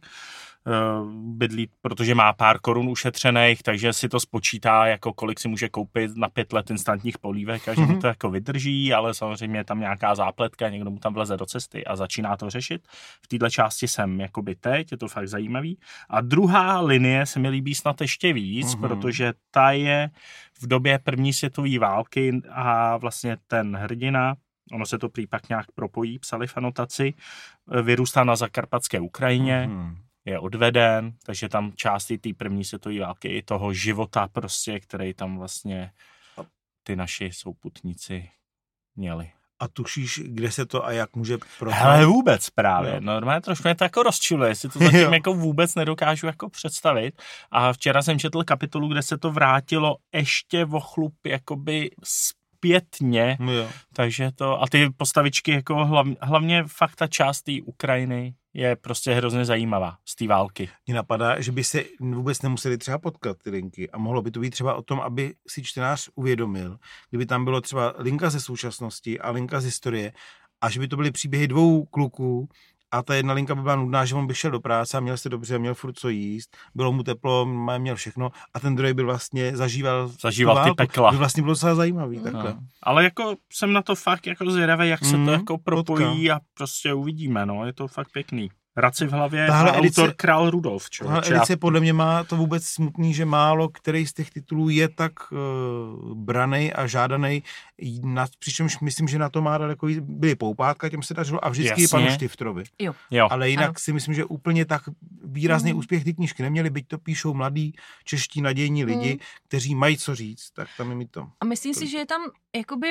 Bydlí, protože má pár korun ušetřených, takže si to spočítá, jako kolik si může koupit na pět let instantních polívek a že Mhm. mu to jako vydrží, ale samozřejmě je tam nějaká zápletka, někdo mu tam vleze do cesty a začíná to řešit. V této části jsem jakoby teď, je to fakt zajímavý. A druhá linie se mi líbí snad ještě víc, Mhm. protože ta je v době první světové války a vlastně ten hrdina, ono se to prý pak nějak propojí, psali v anotaci, vyrůstá na zakarpatské Ukrajině, Mhm. je odveden, takže tam části té první světové války i toho života prostě, který tam vlastně ty naši souputníci měli. A tušíš, kde se to a jak může proto? Hele, vůbec právě. Jo. Normálně trošku mě to jako rozčiluje, si to zatím Jo. jako vůbec nedokážu jako představit. A včera jsem četl kapitolu, kde se to vrátilo ještě o chlup jakoby zpětně, Jo. takže to, a ty postavičky jako hlavně, hlavně fakt ta část té Ukrajiny je prostě hrozně zajímavá z té války. Mně napadá, že by se vůbec nemuseli třeba potkat ty linky a mohlo by to být třeba o tom, aby si čtenář uvědomil, kdyby tam bylo třeba linka ze současnosti a linka z historie a že by to byly příběhy dvou kluků a ta jedna linka by byla nudná, že on by šel do práce a měl se dobře, měl furt co jíst, bylo mu teplo, měl všechno a ten druhý by vlastně zažíval, Zažíval tu ty válku. pekla. By vlastně bylo docela zajímavý, takhle. No. Ale jako jsem na to fakt jako zvědavý, jak se Mm, to jako propojí potka. a prostě uvidíme, no, je to fakt pěkný. Raci v hlavě Tahle a edice- autor Král Rudolf. Čo? Tahle edice podle mě má to vůbec smutný, že málo který z těch titulů je tak uh, branej a žádanej, na, přičemž myslím, že na to má daleko víc- byly poupátka, těm se dařilo a vždycky Jasně. panu Štiftrovi. Jo. Jo. Ale jinak Ano. si myslím, že úplně tak výrazný Mm. úspěch ty knížky neměli, byť to píšou mladí čeští nadějní lidi, Mm. kteří mají co říct, tak tam je mi to. A myslím si, že je tam jakoby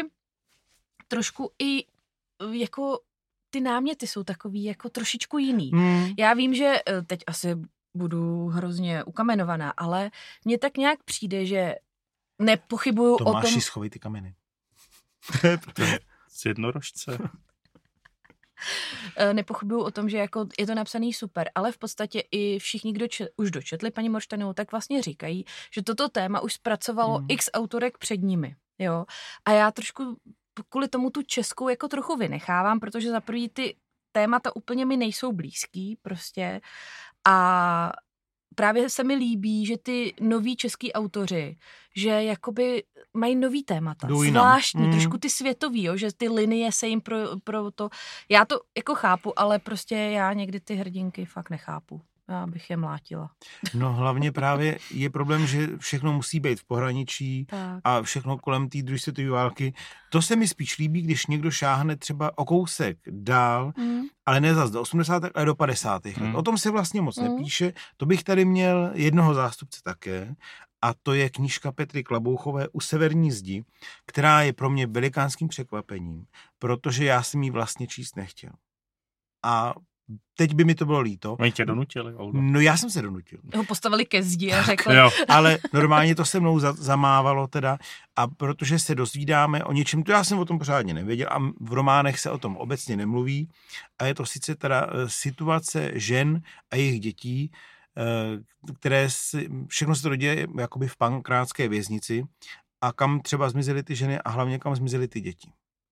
trošku i jako ty náměty jsou takový jako trošičku jiný. Hmm. Já vím, že eh, teď asi budu hrozně ukamenovaná, ale mně tak nějak přijde, že nepochybuju o Tomáši, tom... schovej ty kameny. Z jednorožce. eh, nepochybuju o tom, že jako je to napsaný super, ale v podstatě i všichni, kdo če- už dočetli paní Morštanovou, tak vlastně říkají, že toto téma už zpracovalo Hmm. x autorek před nimi. Jo? A já trošku kvůli tomu tu českou jako trochu vynechávám, protože za první ty témata úplně mi nejsou blízký prostě a právě se mi líbí, že ty noví český autoři, že jakoby mají nový témata, Jdou jinam. zvláštní, Mm. trošku ty světový, jo, že ty linie se jim pro, pro to, já to jako chápu, ale prostě já někdy ty hrdinky fakt nechápu. já bych je mlátila. No hlavně právě je problém, že všechno musí být v pohraničí tak. a všechno kolem té druhé světové války. To se mi spíš líbí, když někdo šáhne třeba o kousek dál, mm. ale ne zas do osmdesátých, ale do padesátých let. Mm. O tom se vlastně moc mm. nepíše. To bych tady měl jednoho zástupce také. A to je knížka Petry Klabouchové U severní zdi, která je pro mě velikánským překvapením, protože já jsem ji vlastně číst nechtěl. A teď by mi to bylo líto. Oni tě donutili, Oldo. No já jsem se donutil. Ho postavili ke zdi a řekli. Ale normálně to se mnou zamávalo teda a protože se dozvídáme o něčem, to já jsem o tom pořádně nevěděl a v románech se o tom obecně nemluví a je to sice teda situace žen a jejich dětí, které si, všechno se to děje jakoby v pankrátské věznici a kam třeba zmizely ty ženy a hlavně kam zmizely ty děti.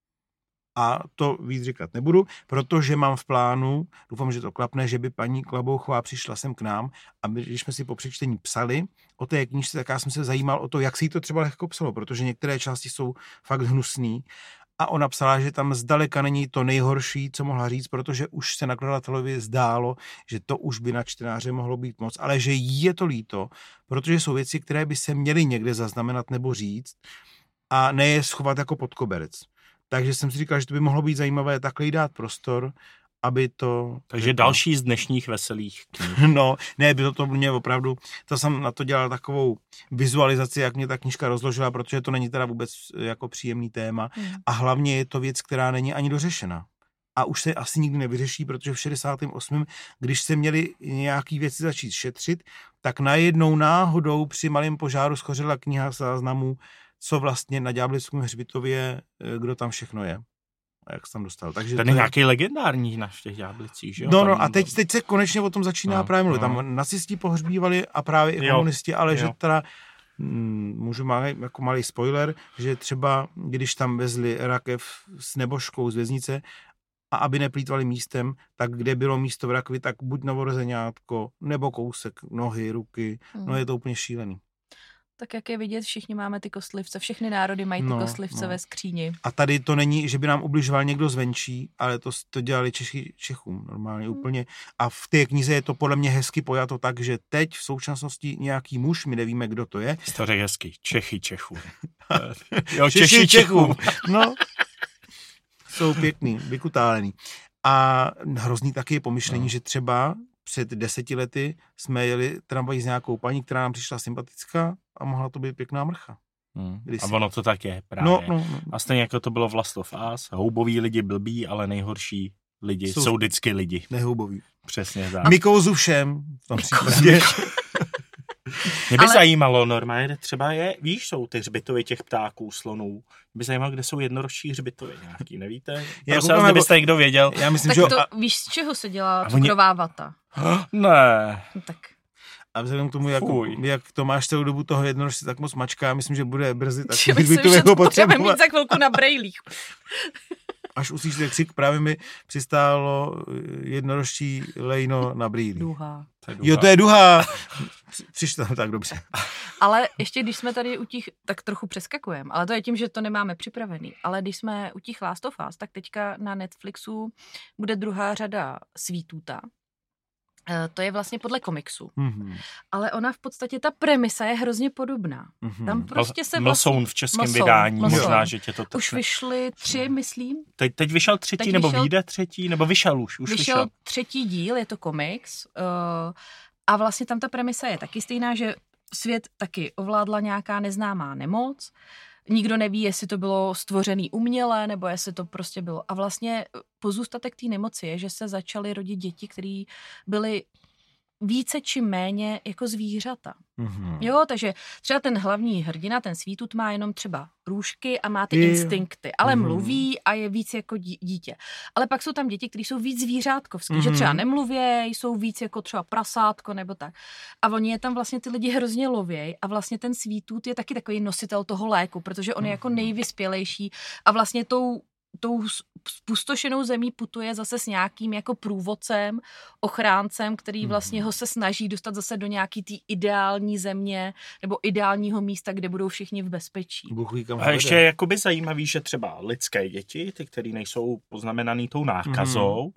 A to víc říkat nebudu, protože mám v plánu, doufám, že to klapne, že by paní Klabouchová přišla sem k nám a my, když jsme si po přečtení psali o té knížce, tak já jsem se zajímal o to, jak si to třeba lehko psalo, protože některé části jsou fakt hnusný. A ona psala, že tam zdaleka není to nejhorší, co mohla říct, protože už se nakladatelovi zdálo, že to už by na čtenáře mohlo být moc, ale že je to líto, protože jsou věci, které by se měly někde zaznamenat nebo říct a ne je schovat jako pod koberec. Takže jsem si říkal, že to by mohlo být zajímavé takhle jí dát prostor, aby to... Takže řekl. Další z dnešních veselých knih. No, ne, bylo to mě opravdu, to jsem na to dělal takovou vizualizaci, jak mě ta knížka rozložila, protože to není teda vůbec jako příjemný téma hmm. a hlavně je to věc, která není ani dořešena. A už se asi nikdy nevyřeší, protože v šedesátém osmém když se měli nějaký věci začít šetřit, tak najednou náhodou při malém požáru schořela kniha záznamů, co vlastně na Ďáblickém hřbitově, kdo tam všechno je. A jak se tam dostal. Takže ten je nějaký legendární na těch Ďáblicích, že jo? No, tam, no a teď, teď se konečně o tom začíná no, právě mluvit. No. Tam nacisti pohřbívali a právě i komunisti, jo, ale jo. že teda, m, můžu mít jako malý spoiler, že třeba, když tam vezli rakev s nebožkou z věznice a aby neplýtvali místem, tak kde bylo místo v rakvi, tak buď novorozeňátko, nebo kousek nohy, ruky, hmm. no je to úplně šílený. Tak jak je vidět, všichni máme ty kostlivce, všechny národy mají no, ty kostlivce no. ve skříni. A tady to není, že by nám ubližoval někdo zvenčí, ale to, to dělali Češi, Čechům normálně hmm. úplně. A v té knize je to podle mě hezky pojato tak, že teď v současnosti nějaký muž, my nevíme, kdo to je. To je hezky, Čechy Čechům. jo, Češi Čechům. No, jsou pěkný, vykutálený. A hrozný taky je pomyšlení, no. že třeba před deseti lety jsme jeli tramvají s nějakou paní, která nám přišla sympatická a mohla to být pěkná mrcha. Hmm. A ono to tak je právě. No, no, no. A stejně jako to bylo v Last of Us, houboví lidi blbí, ale nejhorší lidi jsou, jsou vždycky lidi. Nehouboví. Přesně tak. Mykouzu všem. V tom případě. Mě by ale... zajímalo normálně, třeba je, víš, jsou ty hřbitovy těch ptáků, slonů. Mě by zajímalo, kde jsou jednorožší hřbitovy nějaký, nevíte? Prosím vás, kdybyste někdo věděl. Já myslím, tak že... to, a... víš, z čeho se dělá cukrová oni... vata? Ne. No, tak. A vzhledem k tomu, jak, jak to máš celou dobu toho jednorožce tak moc mačká, myslím, že bude brzy tak hřbitového potřebovat. Budeme mít za chvilku na brejlích. Až uslyšíte křik, právě mi přistálo jednorožčí lejno na brýlích. Duha. Jo, to je duha. Přišlo tak dobře. Ale ještě když jsme tady u těch, tak trochu přeskakujeme, ale to je tím, že to nemáme připravený. Ale když jsme u těch Last of Us, tak teďka na Netflixu bude druhá řada Sweetooda. To je vlastně podle komiksu. Mm-hmm. Ale ona v podstatě, ta premisa je hrozně podobná. Mm-hmm. Tam prostě se vlastně... Mlsoun v českém Mlsoun, vydání, Mlsoun. Možná, že tě to... Už vyšly tři, myslím. Teď, teď vyšel třetí, teď nebo vyšel... vyjde třetí, nebo vyšel už? už vyšel, vyšel třetí díl, je to komiks. Uh, a vlastně tam ta premisa je taky stejná, že svět taky ovládla nějaká neznámá nemoc. Nikdo neví, jestli to bylo stvořený uměle, nebo jestli to prostě bylo. A vlastně pozůstatek té nemoci je, že se začaly rodit děti, které byly více či méně jako zvířata. Mm-hmm. Jo, takže třeba ten hlavní hrdina, ten Sweetood, má jenom třeba růžky a má ty je, instinkty, ale mm-hmm. mluví a je víc jako dítě. Ale pak jsou tam děti, které jsou víc zvířátkovský, mm-hmm. že třeba nemluvěj, jsou víc jako třeba prasátko nebo tak. A oni je tam vlastně ty lidi hrozně lověj a vlastně ten Sweetood je taky takový nositel toho léku, protože on je jako nejvyspělejší a vlastně tou tou spustošenou zemí putuje zase s nějakým jako průvodcem, ochráncem, který vlastně ho se snaží dostat zase do nějaký té ideální země nebo ideálního místa, kde budou všichni v bezpečí. A ještě je jakoby zajímavý, že třeba lidské děti, ty, které nejsou poznamenaný tou nákazou, mm-hmm.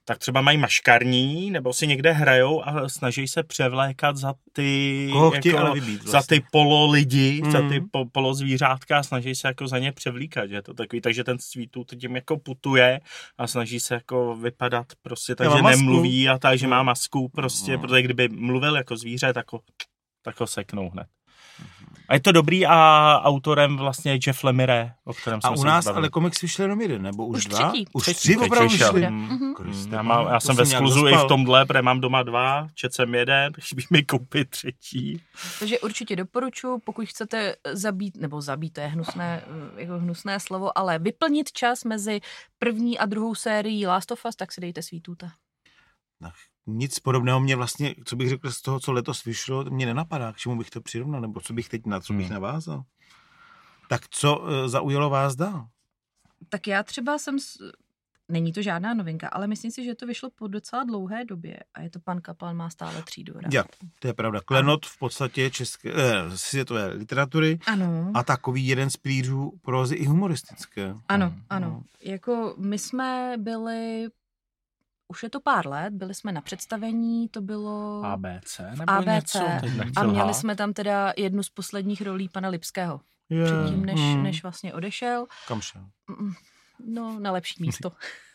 tak třeba mají maškarní, nebo si někde hrajou a snaží se převlékat za ty, jako, ale vybít, vlastně. za ty polo lidi, mm. za ty po, polo zvířátka a snaží se jako za ně převlíkat, že to takový, takže ten Sweet Tooth tím jako putuje a snaží se jako vypadat prostě, takže nemluví a tak, že má masku prostě, mm. protože kdyby mluvil jako zvíře, tak ho, tak ho seknou hned. A je to dobrý a autorem vlastně Jeff Lemire, o kterém jsme a u nás ale komiks vyšel jenom jeden, nebo už, už dva? Třetí. Už třetí, tři opravdu vyšly? Mm-hmm. Já, mám, já jsem ve skluzu i v tomhle, protože mám doma dva, čet jsem jeden, chybí mi koupit třetí. Takže určitě doporučuji, pokud chcete zabít, nebo zabít, to je hnusné, jako hnusné slovo, ale vyplnit čas mezi první a druhou sérií Last of Us, tak si dejte Sweet Tootha. Nic podobného mě vlastně, co bych řekl z toho, co letos vyšlo, mě nenapadá, k čemu bych to přirovnal, nebo co bych teď na co bych navázal. Tak co uh, zaujalo vás dál? Tak já třeba jsem, není to žádná novinka, ale myslím si, že to vyšlo po docela dlouhé době a je to Pan Kaplan má stále třídu. Ja, to je pravda. Klenot v podstatě české, eh, světové literatury ano. A takový jeden z pilířů prózy i humoristické. Ano, hmm. ano. No. Jako my jsme byli... Už je to pár let, byli jsme na představení, to bylo... A B C nebo A B C. něco? A měli jsme tam teda jednu z posledních rolí pana Lipského. Yeah. Předtím, než, mm. než vlastně odešel. Kam šel? No, na lepší místo.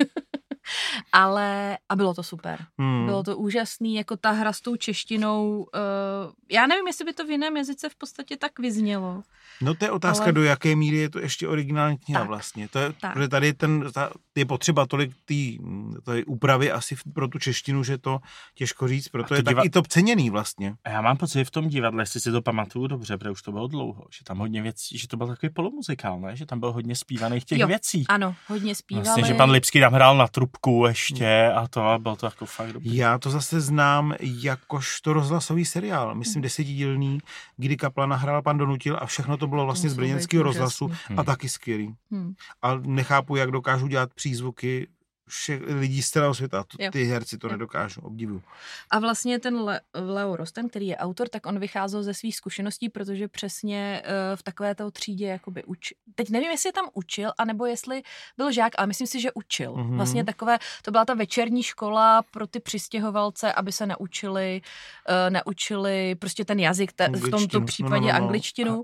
Ale, a bylo to super. Hmm. Bylo to úžasný, jako ta hra s tou češtinou. Uh, já nevím, jestli by to v jiném jazyce v podstatě tak vyznělo. No to je otázka, ale... do jaké míry je to ještě originální kniha tak, vlastně. To je, protože tady ten, ta, je potřeba tolik té úpravy asi pro tu češtinu, že to těžko říct, proto je diva... tak i to ceněný vlastně. A já mám pocit, že v tom divadle, jestli si to pamatuju dobře, protože už to bylo dlouho, že tam hodně věcí, že to byl takový polomuzikál, ne? Že tam bylo hodně zpívaných těch jo, věcí. Ano, hodně zpívali. Vlastně, že pan Lipský tam hrál na trubku ještě a to a bylo to jako fakt dobrý. Já to zase znám jakožto rozhlasový seriál, myslím desetidílný, kdy Kaplana hrál pan Donutil a všechno to bylo vlastně z brněnského rozhlasu hmm. a taky skvělý. Hmm. A nechápu, jak dokážu dělat přízvuky všech lidí z celého světa. Ty jo. herci to jo. nedokážou, obdivuju. A vlastně ten Le- Leo Rosten, který je autor, tak on vycházel ze svých zkušeností, protože přesně uh, v takovéto třídě jakoby učil. Teď nevím, jestli je tam učil, anebo jestli byl žák, ale myslím si, že učil. Mm-hmm. Vlastně takové, to byla ta večerní škola pro ty přistěhovalce, aby se naučili, uh, naučili prostě ten jazyk, te- v tomto případě no, no, no. angličtinu.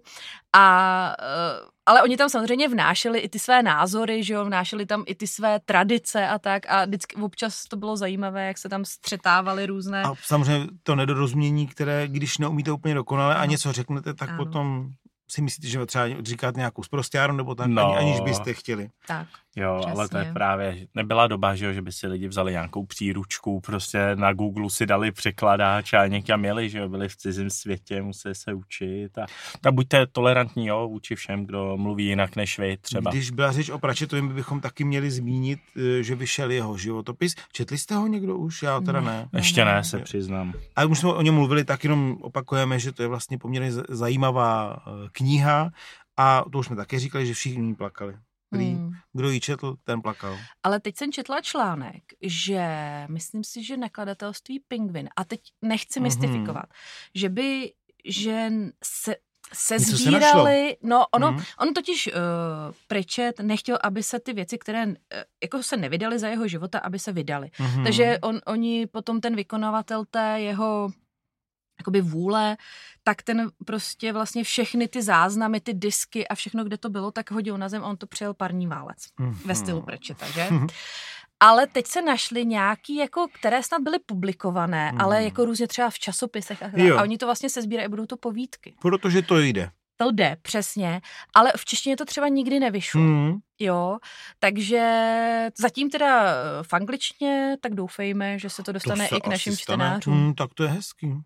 A uh, ale oni tam samozřejmě vnášeli i ty své názory, že jo, vnášeli tam i ty své tradice a tak a vždycky občas to bylo zajímavé, jak se tam střetávali různé. A samozřejmě to nedorozumění, které, když neumíte úplně dokonale a něco řeknete, tak ano. potom si myslíte, že třeba říkat nějakou sprosťárnu nebo tak, no. ani, aniž byste chtěli. Tak. Jo, přesně. Ale to je právě, nebyla doba, že, jo, že by si lidi vzali nějakou příručku, prostě na Google si dali překladáč a někam jeli, že jo, byli v cizím světě, museli se učit a, a buďte tolerantní, jo, vůči všem, kdo mluví jinak než vy třeba. Když byla řeč o Pratchettovým, bychom taky měli zmínit, že vyšel jeho životopis. Četli jste ho někdo už? Já teda ne. Ještě ne, se přiznám. Ale už jsme o něm mluvili, tak jenom opakujeme, že to je vlastně poměrně zajímavá kniha a to už jsme také říkali, že všichni plakali. Hmm. Kdo ji četl, ten plakal. Ale teď jsem četla článek, že myslím si, že nakladatelství Penguin, a teď nechci mystifikovat, mm-hmm. že by, že se se Něco sbírali, se no ono, mm-hmm. on totiž uh, Pratchett nechtěl, aby se ty věci, které uh, jako se nevydaly za jeho života, aby se vydaly. Mm-hmm. Takže on, oni potom ten vykonavatel té jeho jakoby vůle, tak ten prostě vlastně všechny ty záznamy, ty disky a všechno, kde to bylo, tak hodil na zem a on to přijel parní válec. Mm-hmm. Ve stylu Pratchetta, že? Mm-hmm. Ale teď se našly nějaký, jako, které snad byly publikované, mm. ale jako různě třeba v časopisech a, a oni to vlastně sesbírají a budou to povídky. Protože to jde. To jde, přesně. Ale v češtině to třeba nikdy nevyšlo. Mm. Jo, takže zatím teda v angličtině, tak doufejme, že se to dostane to se i k našim čtenářům. Mm, tak to je hezký.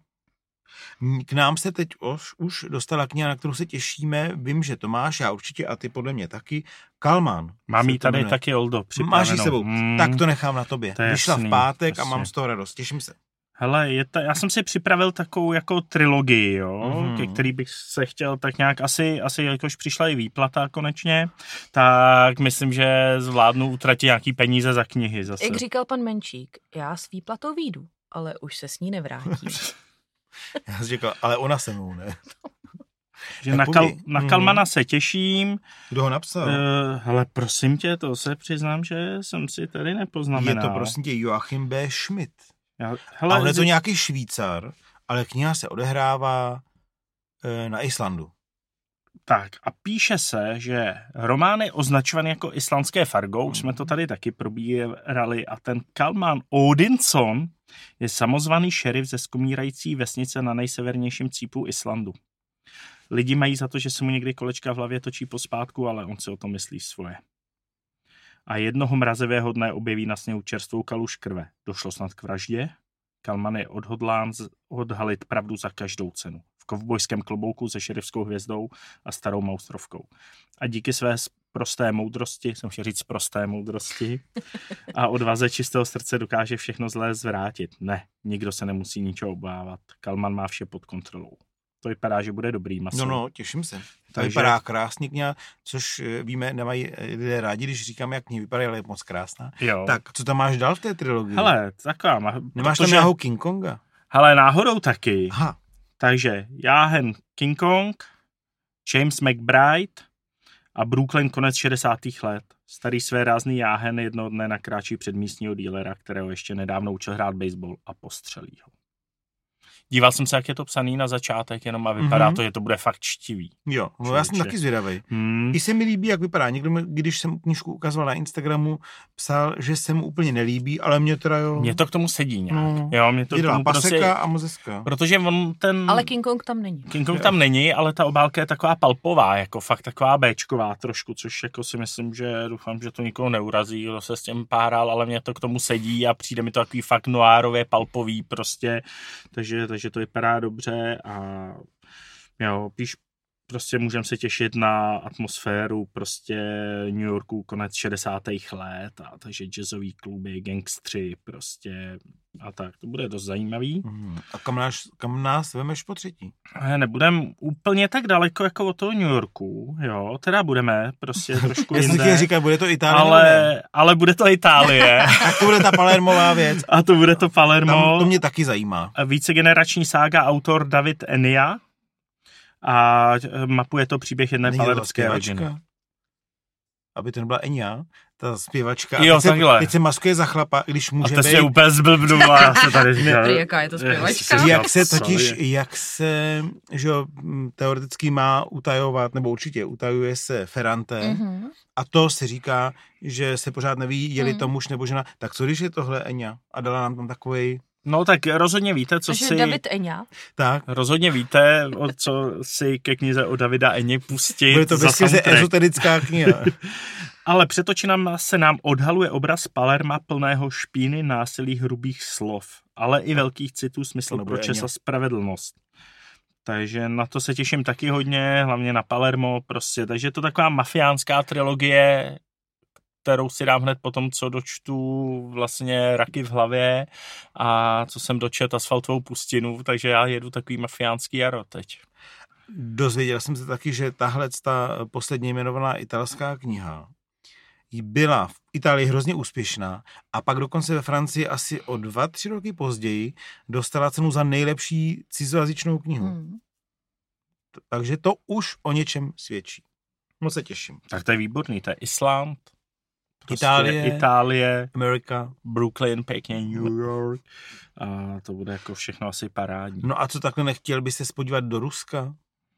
K nám se teď už, už dostala kniha, na kterou se těšíme. Vím, že Tomáš, já určitě a ty podle mě taky. Kalman. Mám jí tady taky, Oldo, připravenou. Máš ji sebou. Hmm, tak to nechám na tobě. To Vyšla jasný, v pátek jasný. A mám z toho radost. Těším se. Hele, je ta, já jsem si připravil takovou jako trilogii, jo, mm-hmm. ke který bych se chtěl tak nějak asi, asi jakož přišla i výplata konečně, tak myslím, že zvládnu utratit nějaký peníze za knihy zase. Jak říkal pan Menčík, já s výplatou výjdu, ale už se s ní nevrátím. Já jsem říkal, ale ona se mnou, ne? Že na, kal, na Kalmana se těším. Kdo ho napsal? Uh, hele, prosím tě, to se přiznám, že jsem si tady nepoznamenal. Je to prosím tě Joachim B. Schmidt. Já, hele, ale je to nějaký Švýcar, ale kniha se odehrává uh, na Islandu. Tak a píše se, že román je označovaný jako islandské Fargo, už jsme to tady taky probírali, a ten Kalman Odinson je samozvaný šerif ze skomírající vesnice na nejsevernějším cípu Islandu. Lidi mají za to, že se mu někdy kolečka v hlavě točí pospátku, ale on si o tom myslí svoje. A jednoho mrazivého dne objeví na sněhu čerstvou kaluž krve. Došlo snad k vraždě? Kalman je odhodlán odhalit pravdu za každou cenu. V kovbojském klobouku se šerifskou hvězdou a starou maustrovkou. A díky své prosté moudrosti, jsem chtěl říct prosté moudrosti, a odvaze čistého srdce dokáže všechno zlé zvrátit. Ne, nikdo se nemusí ničeho obávat. Kalman má vše pod kontrolou. To vypadá, že bude dobrý maso. No, no, těším se. To Takže... vypadá krásně kniha, což víme, nemají lidé rádi, když říkáme, jak knihy vypadají, ale je moc krásná. Jo. Tak, co tam máš dál v té trilogii? Hele, taková... Má... Nemáš tam nějakou King Konga? Hele, náhodou taky. Aha. Takže Jáhen King Kong, James McBride a Brooklyn konec šedesátých let. Starý své rázný Jáhen jednoho dne nakráčí před místního dílera, kterého ještě nedávno učil hrát baseball, a postřelí ho. Díval jsem se, jak je to psaný na začátek, jenom a vypadá mm-hmm. to, že to bude fakt čtivý. Jo, no já jsem taky zvědavej. Hmm. I se mi líbí, jak vypadá. Někdo mi, když jsem knížku ukazoval na Instagramu, psal, že se mu úplně nelíbí, ale mě teda jo... Mně to k tomu sedí nějak. No. Jo, mě to k tomu paseka prostě, a mozeska. Protože on ten... Ale King Kong tam není. King Kong tam není, ale ta obálka je taková palpová, jako fakt taková béčková trošku, což jako si myslím, že doufám, že to nikoho neurazí, kdo se s tím páral, ale mě to k tomu sedí a přijde mi to takový fakt noárově palpový prostě, takže, takže to vypadá dobře. Dobře a jo, píš, prostě můžeme se těšit na atmosféru prostě New Yorku konec šedesátých let, a takže jazzový kluby, gangstři prostě a tak, to bude dost zajímavý. Mm, a kam nás, kam nás vemeš po třetí? Nebudem úplně tak daleko jako od toho New Yorku, jo, teda budeme prostě trošku jinde. Já jsem chtěl říkat, bude to Itálie. Ale, ale bude to Itálie. Tak to bude ta Palermová věc. A to bude to Palermo. Tam, to mě taky zajímá. Vícegenerační sága, autor David Enia. A mapuje to příběh jedné palermské rodiny. Aby to nebyla Enia, ta zpěvačka. Jo, teď, se, takhle. teď se maskuje za chlapa, když může být... A to se úplně zblbnula, já se tady říkal. Jaká je to zpěvačka? Jak se totiž, jak se, že teoreticky má utajovat, nebo určitě utajuje se Ferrante, mm-hmm. a to se říká, že se pořád neví, je-li mm. to muž nebo žena. Tak co když je tohle Enia? A dala nám tam takovej... No tak rozhodně víte, co Takže si... David Enia. Tak. Rozhodně víte, o co si ke knize o Davida Eni pustit. Bude to vesměs ezoterická kniha. Ale před očima se nám odhaluje obraz Palerma plného špíny, násilí, hrubých slov, ale i velkých citů, smysl pro čest a spravedlnost. Takže na to se těším taky hodně, hlavně na Palermo prostě. Takže je to taková mafiánská trilogie, kterou si dám hned po tom, co dočtu vlastně Raky v hlavě a co jsem dočet Asfaltovou pustinu, takže já jedu takový mafiánský jaro teď. Dozvěděl jsem se taky, že tahle ta posledně jmenovaná italská kniha byla v Itálii hrozně úspěšná a pak dokonce ve Francii asi o dva, tři roky později dostala cenu za nejlepší cizojazyčnou knihu. Hmm. Takže to už o něčem svědčí. Moc se těším. Tak to je výborný, to je Island, prostě Itálie, Itálie, Amerika, Brooklyn, pěkně New York a to bude jako všechno asi parádní. No a co takhle nechtěl by se podívat do Ruska?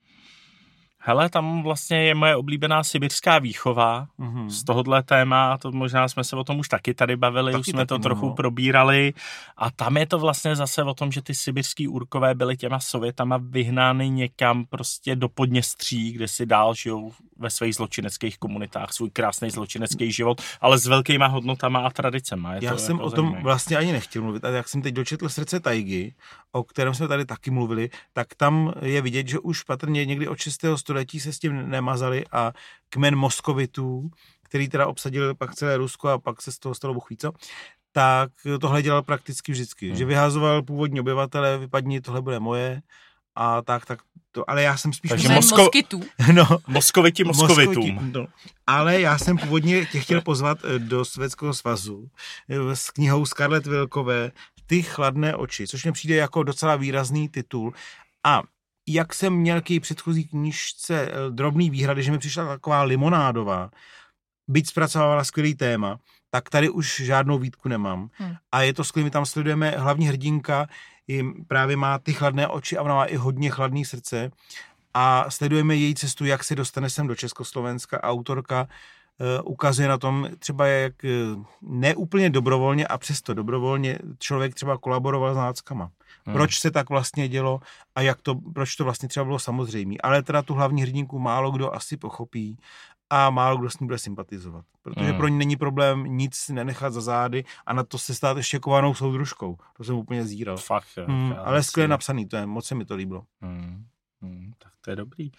Hele, tam vlastně je moje oblíbená sibirská výchova mm-hmm. z tohohle téma, to možná jsme se o tom už taky tady bavili, taky už jsme to no. trochu probírali a tam je to vlastně zase o tom, že ty sibirský úrkové byly těma Sovětama vyhnány někam prostě do Podněstří, kde si dál žijou ve svých zločineckých komunitách svůj krásný zločinecký život, ale s velkýma hodnotama a tradicema. Je Já to jsem jako o tom zajímavý. vlastně ani nechtěl mluvit, ale jak jsem teď dočetl Srdce tajgy, o kterém jsme tady taky mluvili, tak tam je vidět, že už patrně někdy od šestého století se s tím nemazali a kmen Moskovitů, který teda obsadil pak celé Rusko a pak se z toho stalo Bůh ví co, tak tohle dělal prakticky vždycky. Hmm. Že vyhazoval původní obyvatele, vypadni, tohle bude moje a tak, tak to, ale já jsem spíš... Takže Mosko... Moskytů. No, Moskoviti Moskovitům. No. Ale já jsem původně tě chtěl pozvat do Sovětského svazu s knihou Scarlett Wilkové Ty chladné oči, což mi přijde jako docela výrazný titul. A jak jsem měl k její předchozí knížce drobný výhrady, že mi přišla taková limonádová, byť zpracovávala skvělý téma, tak tady už žádnou výtku nemám. Hmm. A je to skvělé, my tam sledujeme hlavní hrdinka, právě má ty chladné oči a ona má i hodně chladný srdce a sledujeme její cestu, jak se dostane sem do Československa. Autorka uh, ukazuje na tom třeba, jak uh, neúplně dobrovolně a přesto dobrovolně člověk třeba kolaboroval s náckama. Hmm. Proč se tak vlastně dělo a jak to, proč to vlastně třeba bylo samozřejmé. Ale teda tu hlavní hrdinku málo kdo asi pochopí a málo kdo s ní bude sympatizovat. Protože hmm. pro ní není problém nic nenechat za zády a na to se stát ještě kovanou soudružkou. To jsem úplně zíral. Fakt, hmm, ale skvěle napsaný, to je, moc se mi to líbilo. Hmm. Hmm, tak to je dobrý.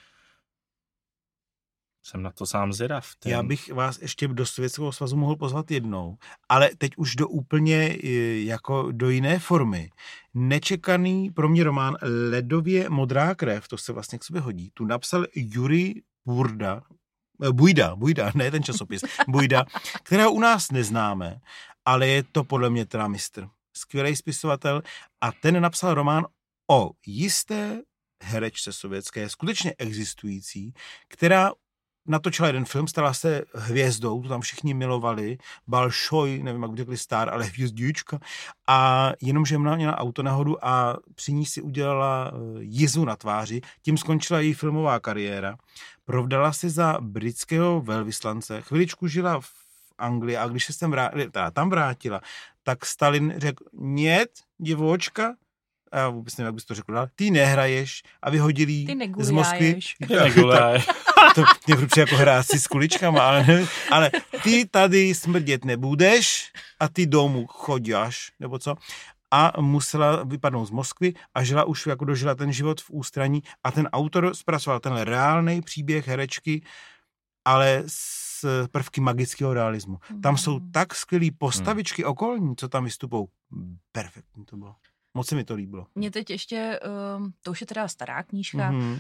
Jsem na to sám zvědav. Ten... Já bych vás ještě do Sovětského svazu mohl pozvat jednou, ale teď už do úplně jako do jiné formy. Nečekaný pro mě román Ledově modrá krev, to se vlastně k sobě hodí. Tu napsal Jurij Burda, Bujda, Bujda, ne ten časopis, Bujda, kterého u nás neznáme, ale je to podle mě teda mistr. Skvělý spisovatel a ten napsal román o jisté herečce sovětské, skutečně existující, která natočila jeden film, stala se hvězdou, to tam všichni milovali, Balšoj, nevím, jak by řekli star, ale hvězdička, a jenomže měla autonehodu a při ní si udělala jizu na tváři, tím skončila její filmová kariéra. Provdala se za britského velvyslance, chviličku žila v Anglii a když se tam vrátila, tam vrátila, tak Stalin řekl, nět, divočka, a já vůbec nevím, jak bys to řekl dál, ty nehraješ a vyhodili jí z Moskvy. Ty neguláješ. To mě přijde jako hrát si s kuličkama, ale, ne, ale ty tady smrdět nebudeš a ty domů chodíš, nebo co. A musela vypadnout z Moskvy a žila už, jako dožila ten život v ústraní a ten autor zpracoval tenhle reálný příběh herečky, ale s prvky magického realismu. Tam jsou tak skvělý postavičky okolní, co tam vystupují. Perfektní to bylo. Moc se mi to líbilo. Mně teď ještě, um, to už je teda stará knížka, mm-hmm.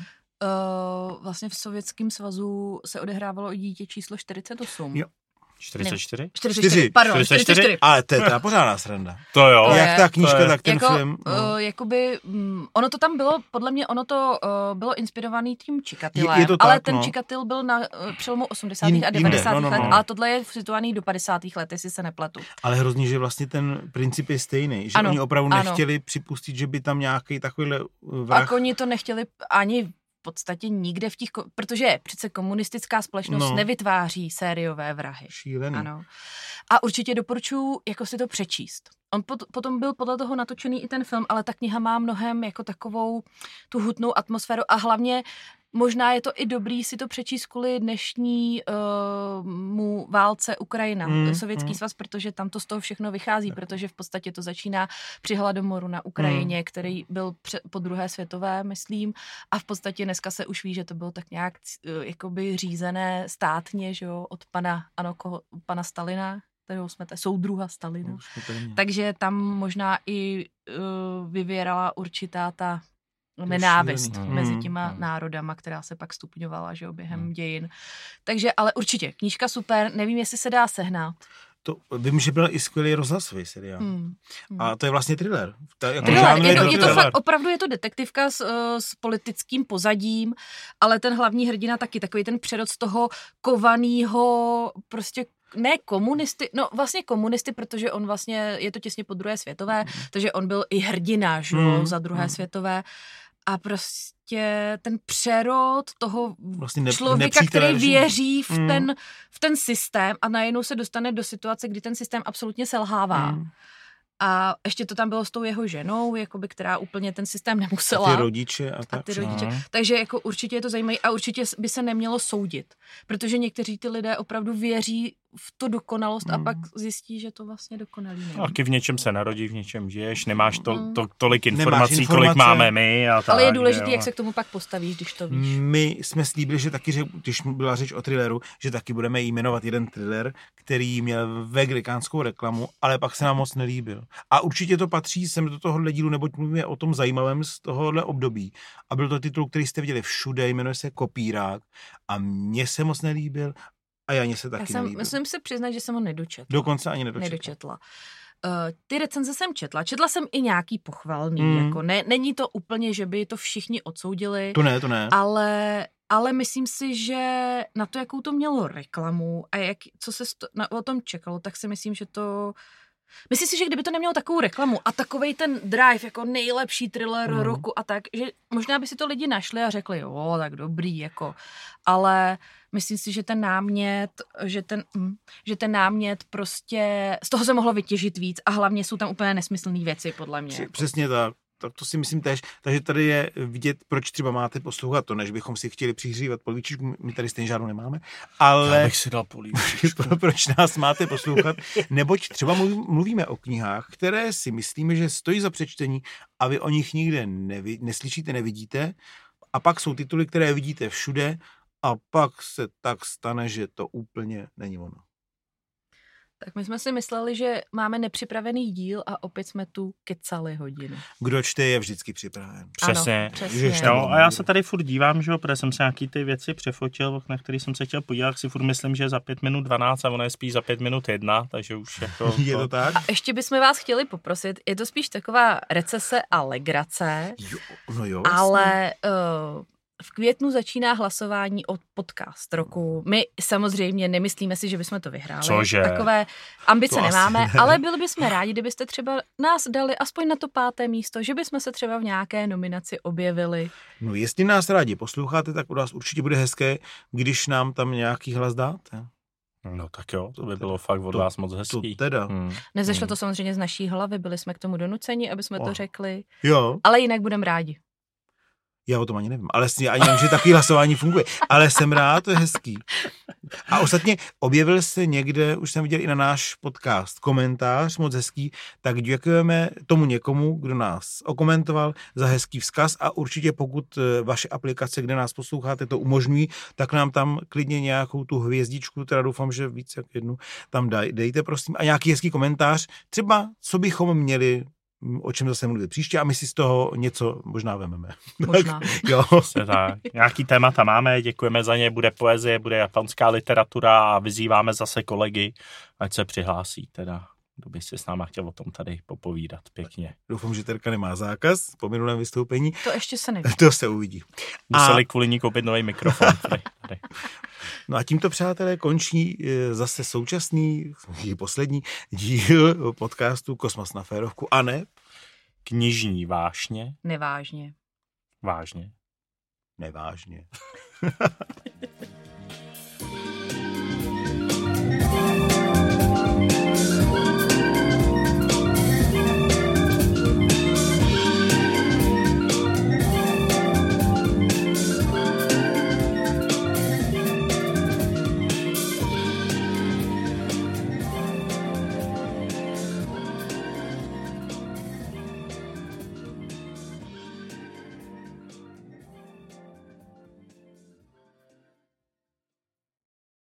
uh, vlastně v Sovětském svazu se odehrávalo i dítě číslo čtyřicet osm. Jo. čtyřicet čtyři? čtyřicet čtyři, pardon, čtyřicet čtyři. Ale to je teda pořádná sranda. To jo. To jak je, ta knížka, tak ten jako, film. No. Uh, jakoby, um, ono to tam bylo, podle mě, ono to uh, bylo inspirovaný tím Čikatilem, je, je to tak, ale ten no. Čikatil byl na uh, přelomu osmdesátých a devadesátých no, no, no. let, ale tohle je situovaný do padesátých let, jestli se nepletu. Ale hrozně, že vlastně ten princip je stejný, že ano, oni opravdu ano. nechtěli připustit, že by tam nějaký takovýhle vrah. A oni to nechtěli ani v podstatě nikde v těch, protože přece komunistická společnost no. nevytváří sériové vrahy. Šílený. Ano. A určitě doporučuji jako si to přečíst. On pot, potom byl podle toho natočený i ten film, ale ta kniha má mnohem jako takovou tu hutnou atmosféru a hlavně možná je to i dobrý si to přečíst kvůli dnešní uh, mu válce Ukrajina, mm, Sovětský mm. svaz, protože tam to z toho všechno vychází, tak. Protože v podstatě to začíná při hladomoru na Ukrajině, mm. který byl pře- po druhé světové, myslím, a v podstatě dneska se už ví, že to bylo tak nějak uh, jakoby řízené státně, že jo, od pana, ano, koho, pana Stalina, kterého jsme te, soudruha Stalina. Takže tam možná i uh, vyvěrala určitá ta nenávist šílený. mezi Hmm, těma hmm. národama, která se pak stupňovala, že jo, během hmm. dějin. Takže, ale určitě, knížka super, nevím, jestli se dá sehnat. To, vím, že byl i skvělý rozhlasový seriál. Hmm. Hmm. A to je vlastně thriller. To, jako thriller. Je, je to, to, je to fakt, opravdu je to detektivka s, s politickým pozadím, ale ten hlavní hrdina taky takový ten přerod z toho kovanýho prostě ne komunisty, no vlastně komunisty, protože on vlastně, je to těsně po druhé světové, mm. takže on byl i hrdina, že mm. za druhé mm. světové a prostě ten přerod toho vlastně ne, člověka, který věří v, mm. ten, v ten systém a najednou se dostane do situace, kdy ten systém absolutně selhává. Mm. A ještě to tam bylo s tou jeho ženou, jakoby, která úplně ten systém nemusela. A ty rodiče. A, tak. a ty rodiče. No. Takže jako určitě je to zajímavé a určitě by se nemělo soudit. Protože někteří ty lidé opravdu věří v tu dokonalost mm. a pak zjistí, že to vlastně dokonalý není. Taky v něčem se narodí, v něčem žiješ, nemáš to, mm. to, tolik informací, kolik máme my. A tak, ale je důležité, jak se k tomu pak postavíš, když to víš. My jsme slíbili, že taky, že, když byla řeč o thrilleru, že taky budeme jmenovat jeden thriller, který měl veglikánskou reklamu, ale pak se nám moc nelíbil. A určitě to patří sem do tohohle dílu, neboť mluvíme o tom zajímavém z tohohle období. A byl to titul, který jste viděli všude, jmenuje se Kopírák a mně se moc nelíbil. A Janě se taky Já jsem, nelíbil. musím se přiznat, že jsem ho nedočetla. Dokonce ani nedočetla. nedočetla. ty recenze jsem četla. Četla jsem i nějaký pochvalný. Mm. Jako ne, není to úplně, že by to všichni odsoudili. To ne, to ne. Ale, ale myslím si, že na to, jakou to mělo reklamu a jak, co se sto, na, o tom čekalo, tak si myslím, že to... Myslím si, že kdyby to nemělo takovou reklamu a takovej ten drive jako nejlepší thriller mm. roku a tak, že možná by si to lidi našli a řekli, jo, tak dobrý, jako, ale myslím si, že ten námět, že ten, mm, že ten námět prostě, z toho se mohlo vytěžit víc a hlavně jsou tam úplně nesmyslné věci, podle mě. Přesně tak. Tak to si myslím tež. Takže tady je vidět, proč třeba máte poslouchat to, než bychom si chtěli přihřívat polívčičku, my tady stejně žádnou nemáme, ale... Já bych si dal polívčičku. Proč nás máte poslouchat? Neboť třeba mluvíme o knihách, které si myslíme, že stojí za přečtení a vy o nich nikde nevi, neslyšíte, nevidíte a pak jsou tituly, které vidíte všude a pak se tak stane, že to úplně není ono. Tak my jsme si mysleli, že máme nepřipravený díl a opět jsme tu kecali hodinu. Kdo čte, je vždycky připraven. Přesně. Ano, přesně. No, a já se tady furt dívám, že jo, protože jsem se nějaký ty věci přefotil, na který jsem se chtěl podívat, si furt myslím, že za pět minut dvanáct a ono je spíš za pět minut jedna, takže už jako... Je to tak? A ještě bychom vás chtěli poprosit, je to spíš taková recese a legrace, jo, no jo, ale... Uh, v květnu začíná hlasování o podcast roku. My samozřejmě nemyslíme si, že bychom to vyhráli. Cože? Takové ambice To nemáme, ne. ale byli bychom rádi, kdybyste třeba nás dali aspoň na to páté místo, že bychom se třeba v nějaké nominaci objevili. No jestli nás rádi posloucháte, tak u nás určitě bude hezké, když nám tam nějaký hlas dáte. No tak jo, to by bylo fakt od to, vás moc hezký. To teda. Hmm. Nezešlo hmm. to samozřejmě z naší hlavy, byli jsme k tomu donuceni, aby jsme oh. to řekli. Jo. Ale jinak budeme rádi. Já o tom ani nevím, ale já ani nevím, že takový hlasování funguje. Ale jsem rád, to je hezký. A ostatně objevil se někde, už jsem viděl i na náš podcast, komentář moc hezký, tak děkujeme tomu někomu, kdo nás okomentoval za hezký vzkaz a určitě pokud vaše aplikace, kde nás posloucháte, to umožňují, tak nám tam klidně nějakou tu hvězdičku, teda doufám, že víc jak jednu, tam daj, dejte prosím a nějaký hezký komentář, třeba co bychom měli o čem zase mluvit příště a my si z toho něco možná vememe. Možná. Tak, jo. Tak. Nějaký témata máme, děkujeme za ně, bude poezie, bude japonská literatura a vyzýváme zase kolegy, ať se přihlásí teda, kdo by si s náma chtěl o tom tady popovídat pěkně. Doufám, že Terka nemá zákaz po minulém vystoupení. To ještě se neví. To se uvidí. Museli a... kvůli ní koupit nový mikrofon. Tady, tady. No a tímto, přátelé, končí zase současný, poslední díl podcastu Kosmos na férovku. A ne? Knižní vášně. Nevážně. Vážně. Nevážně.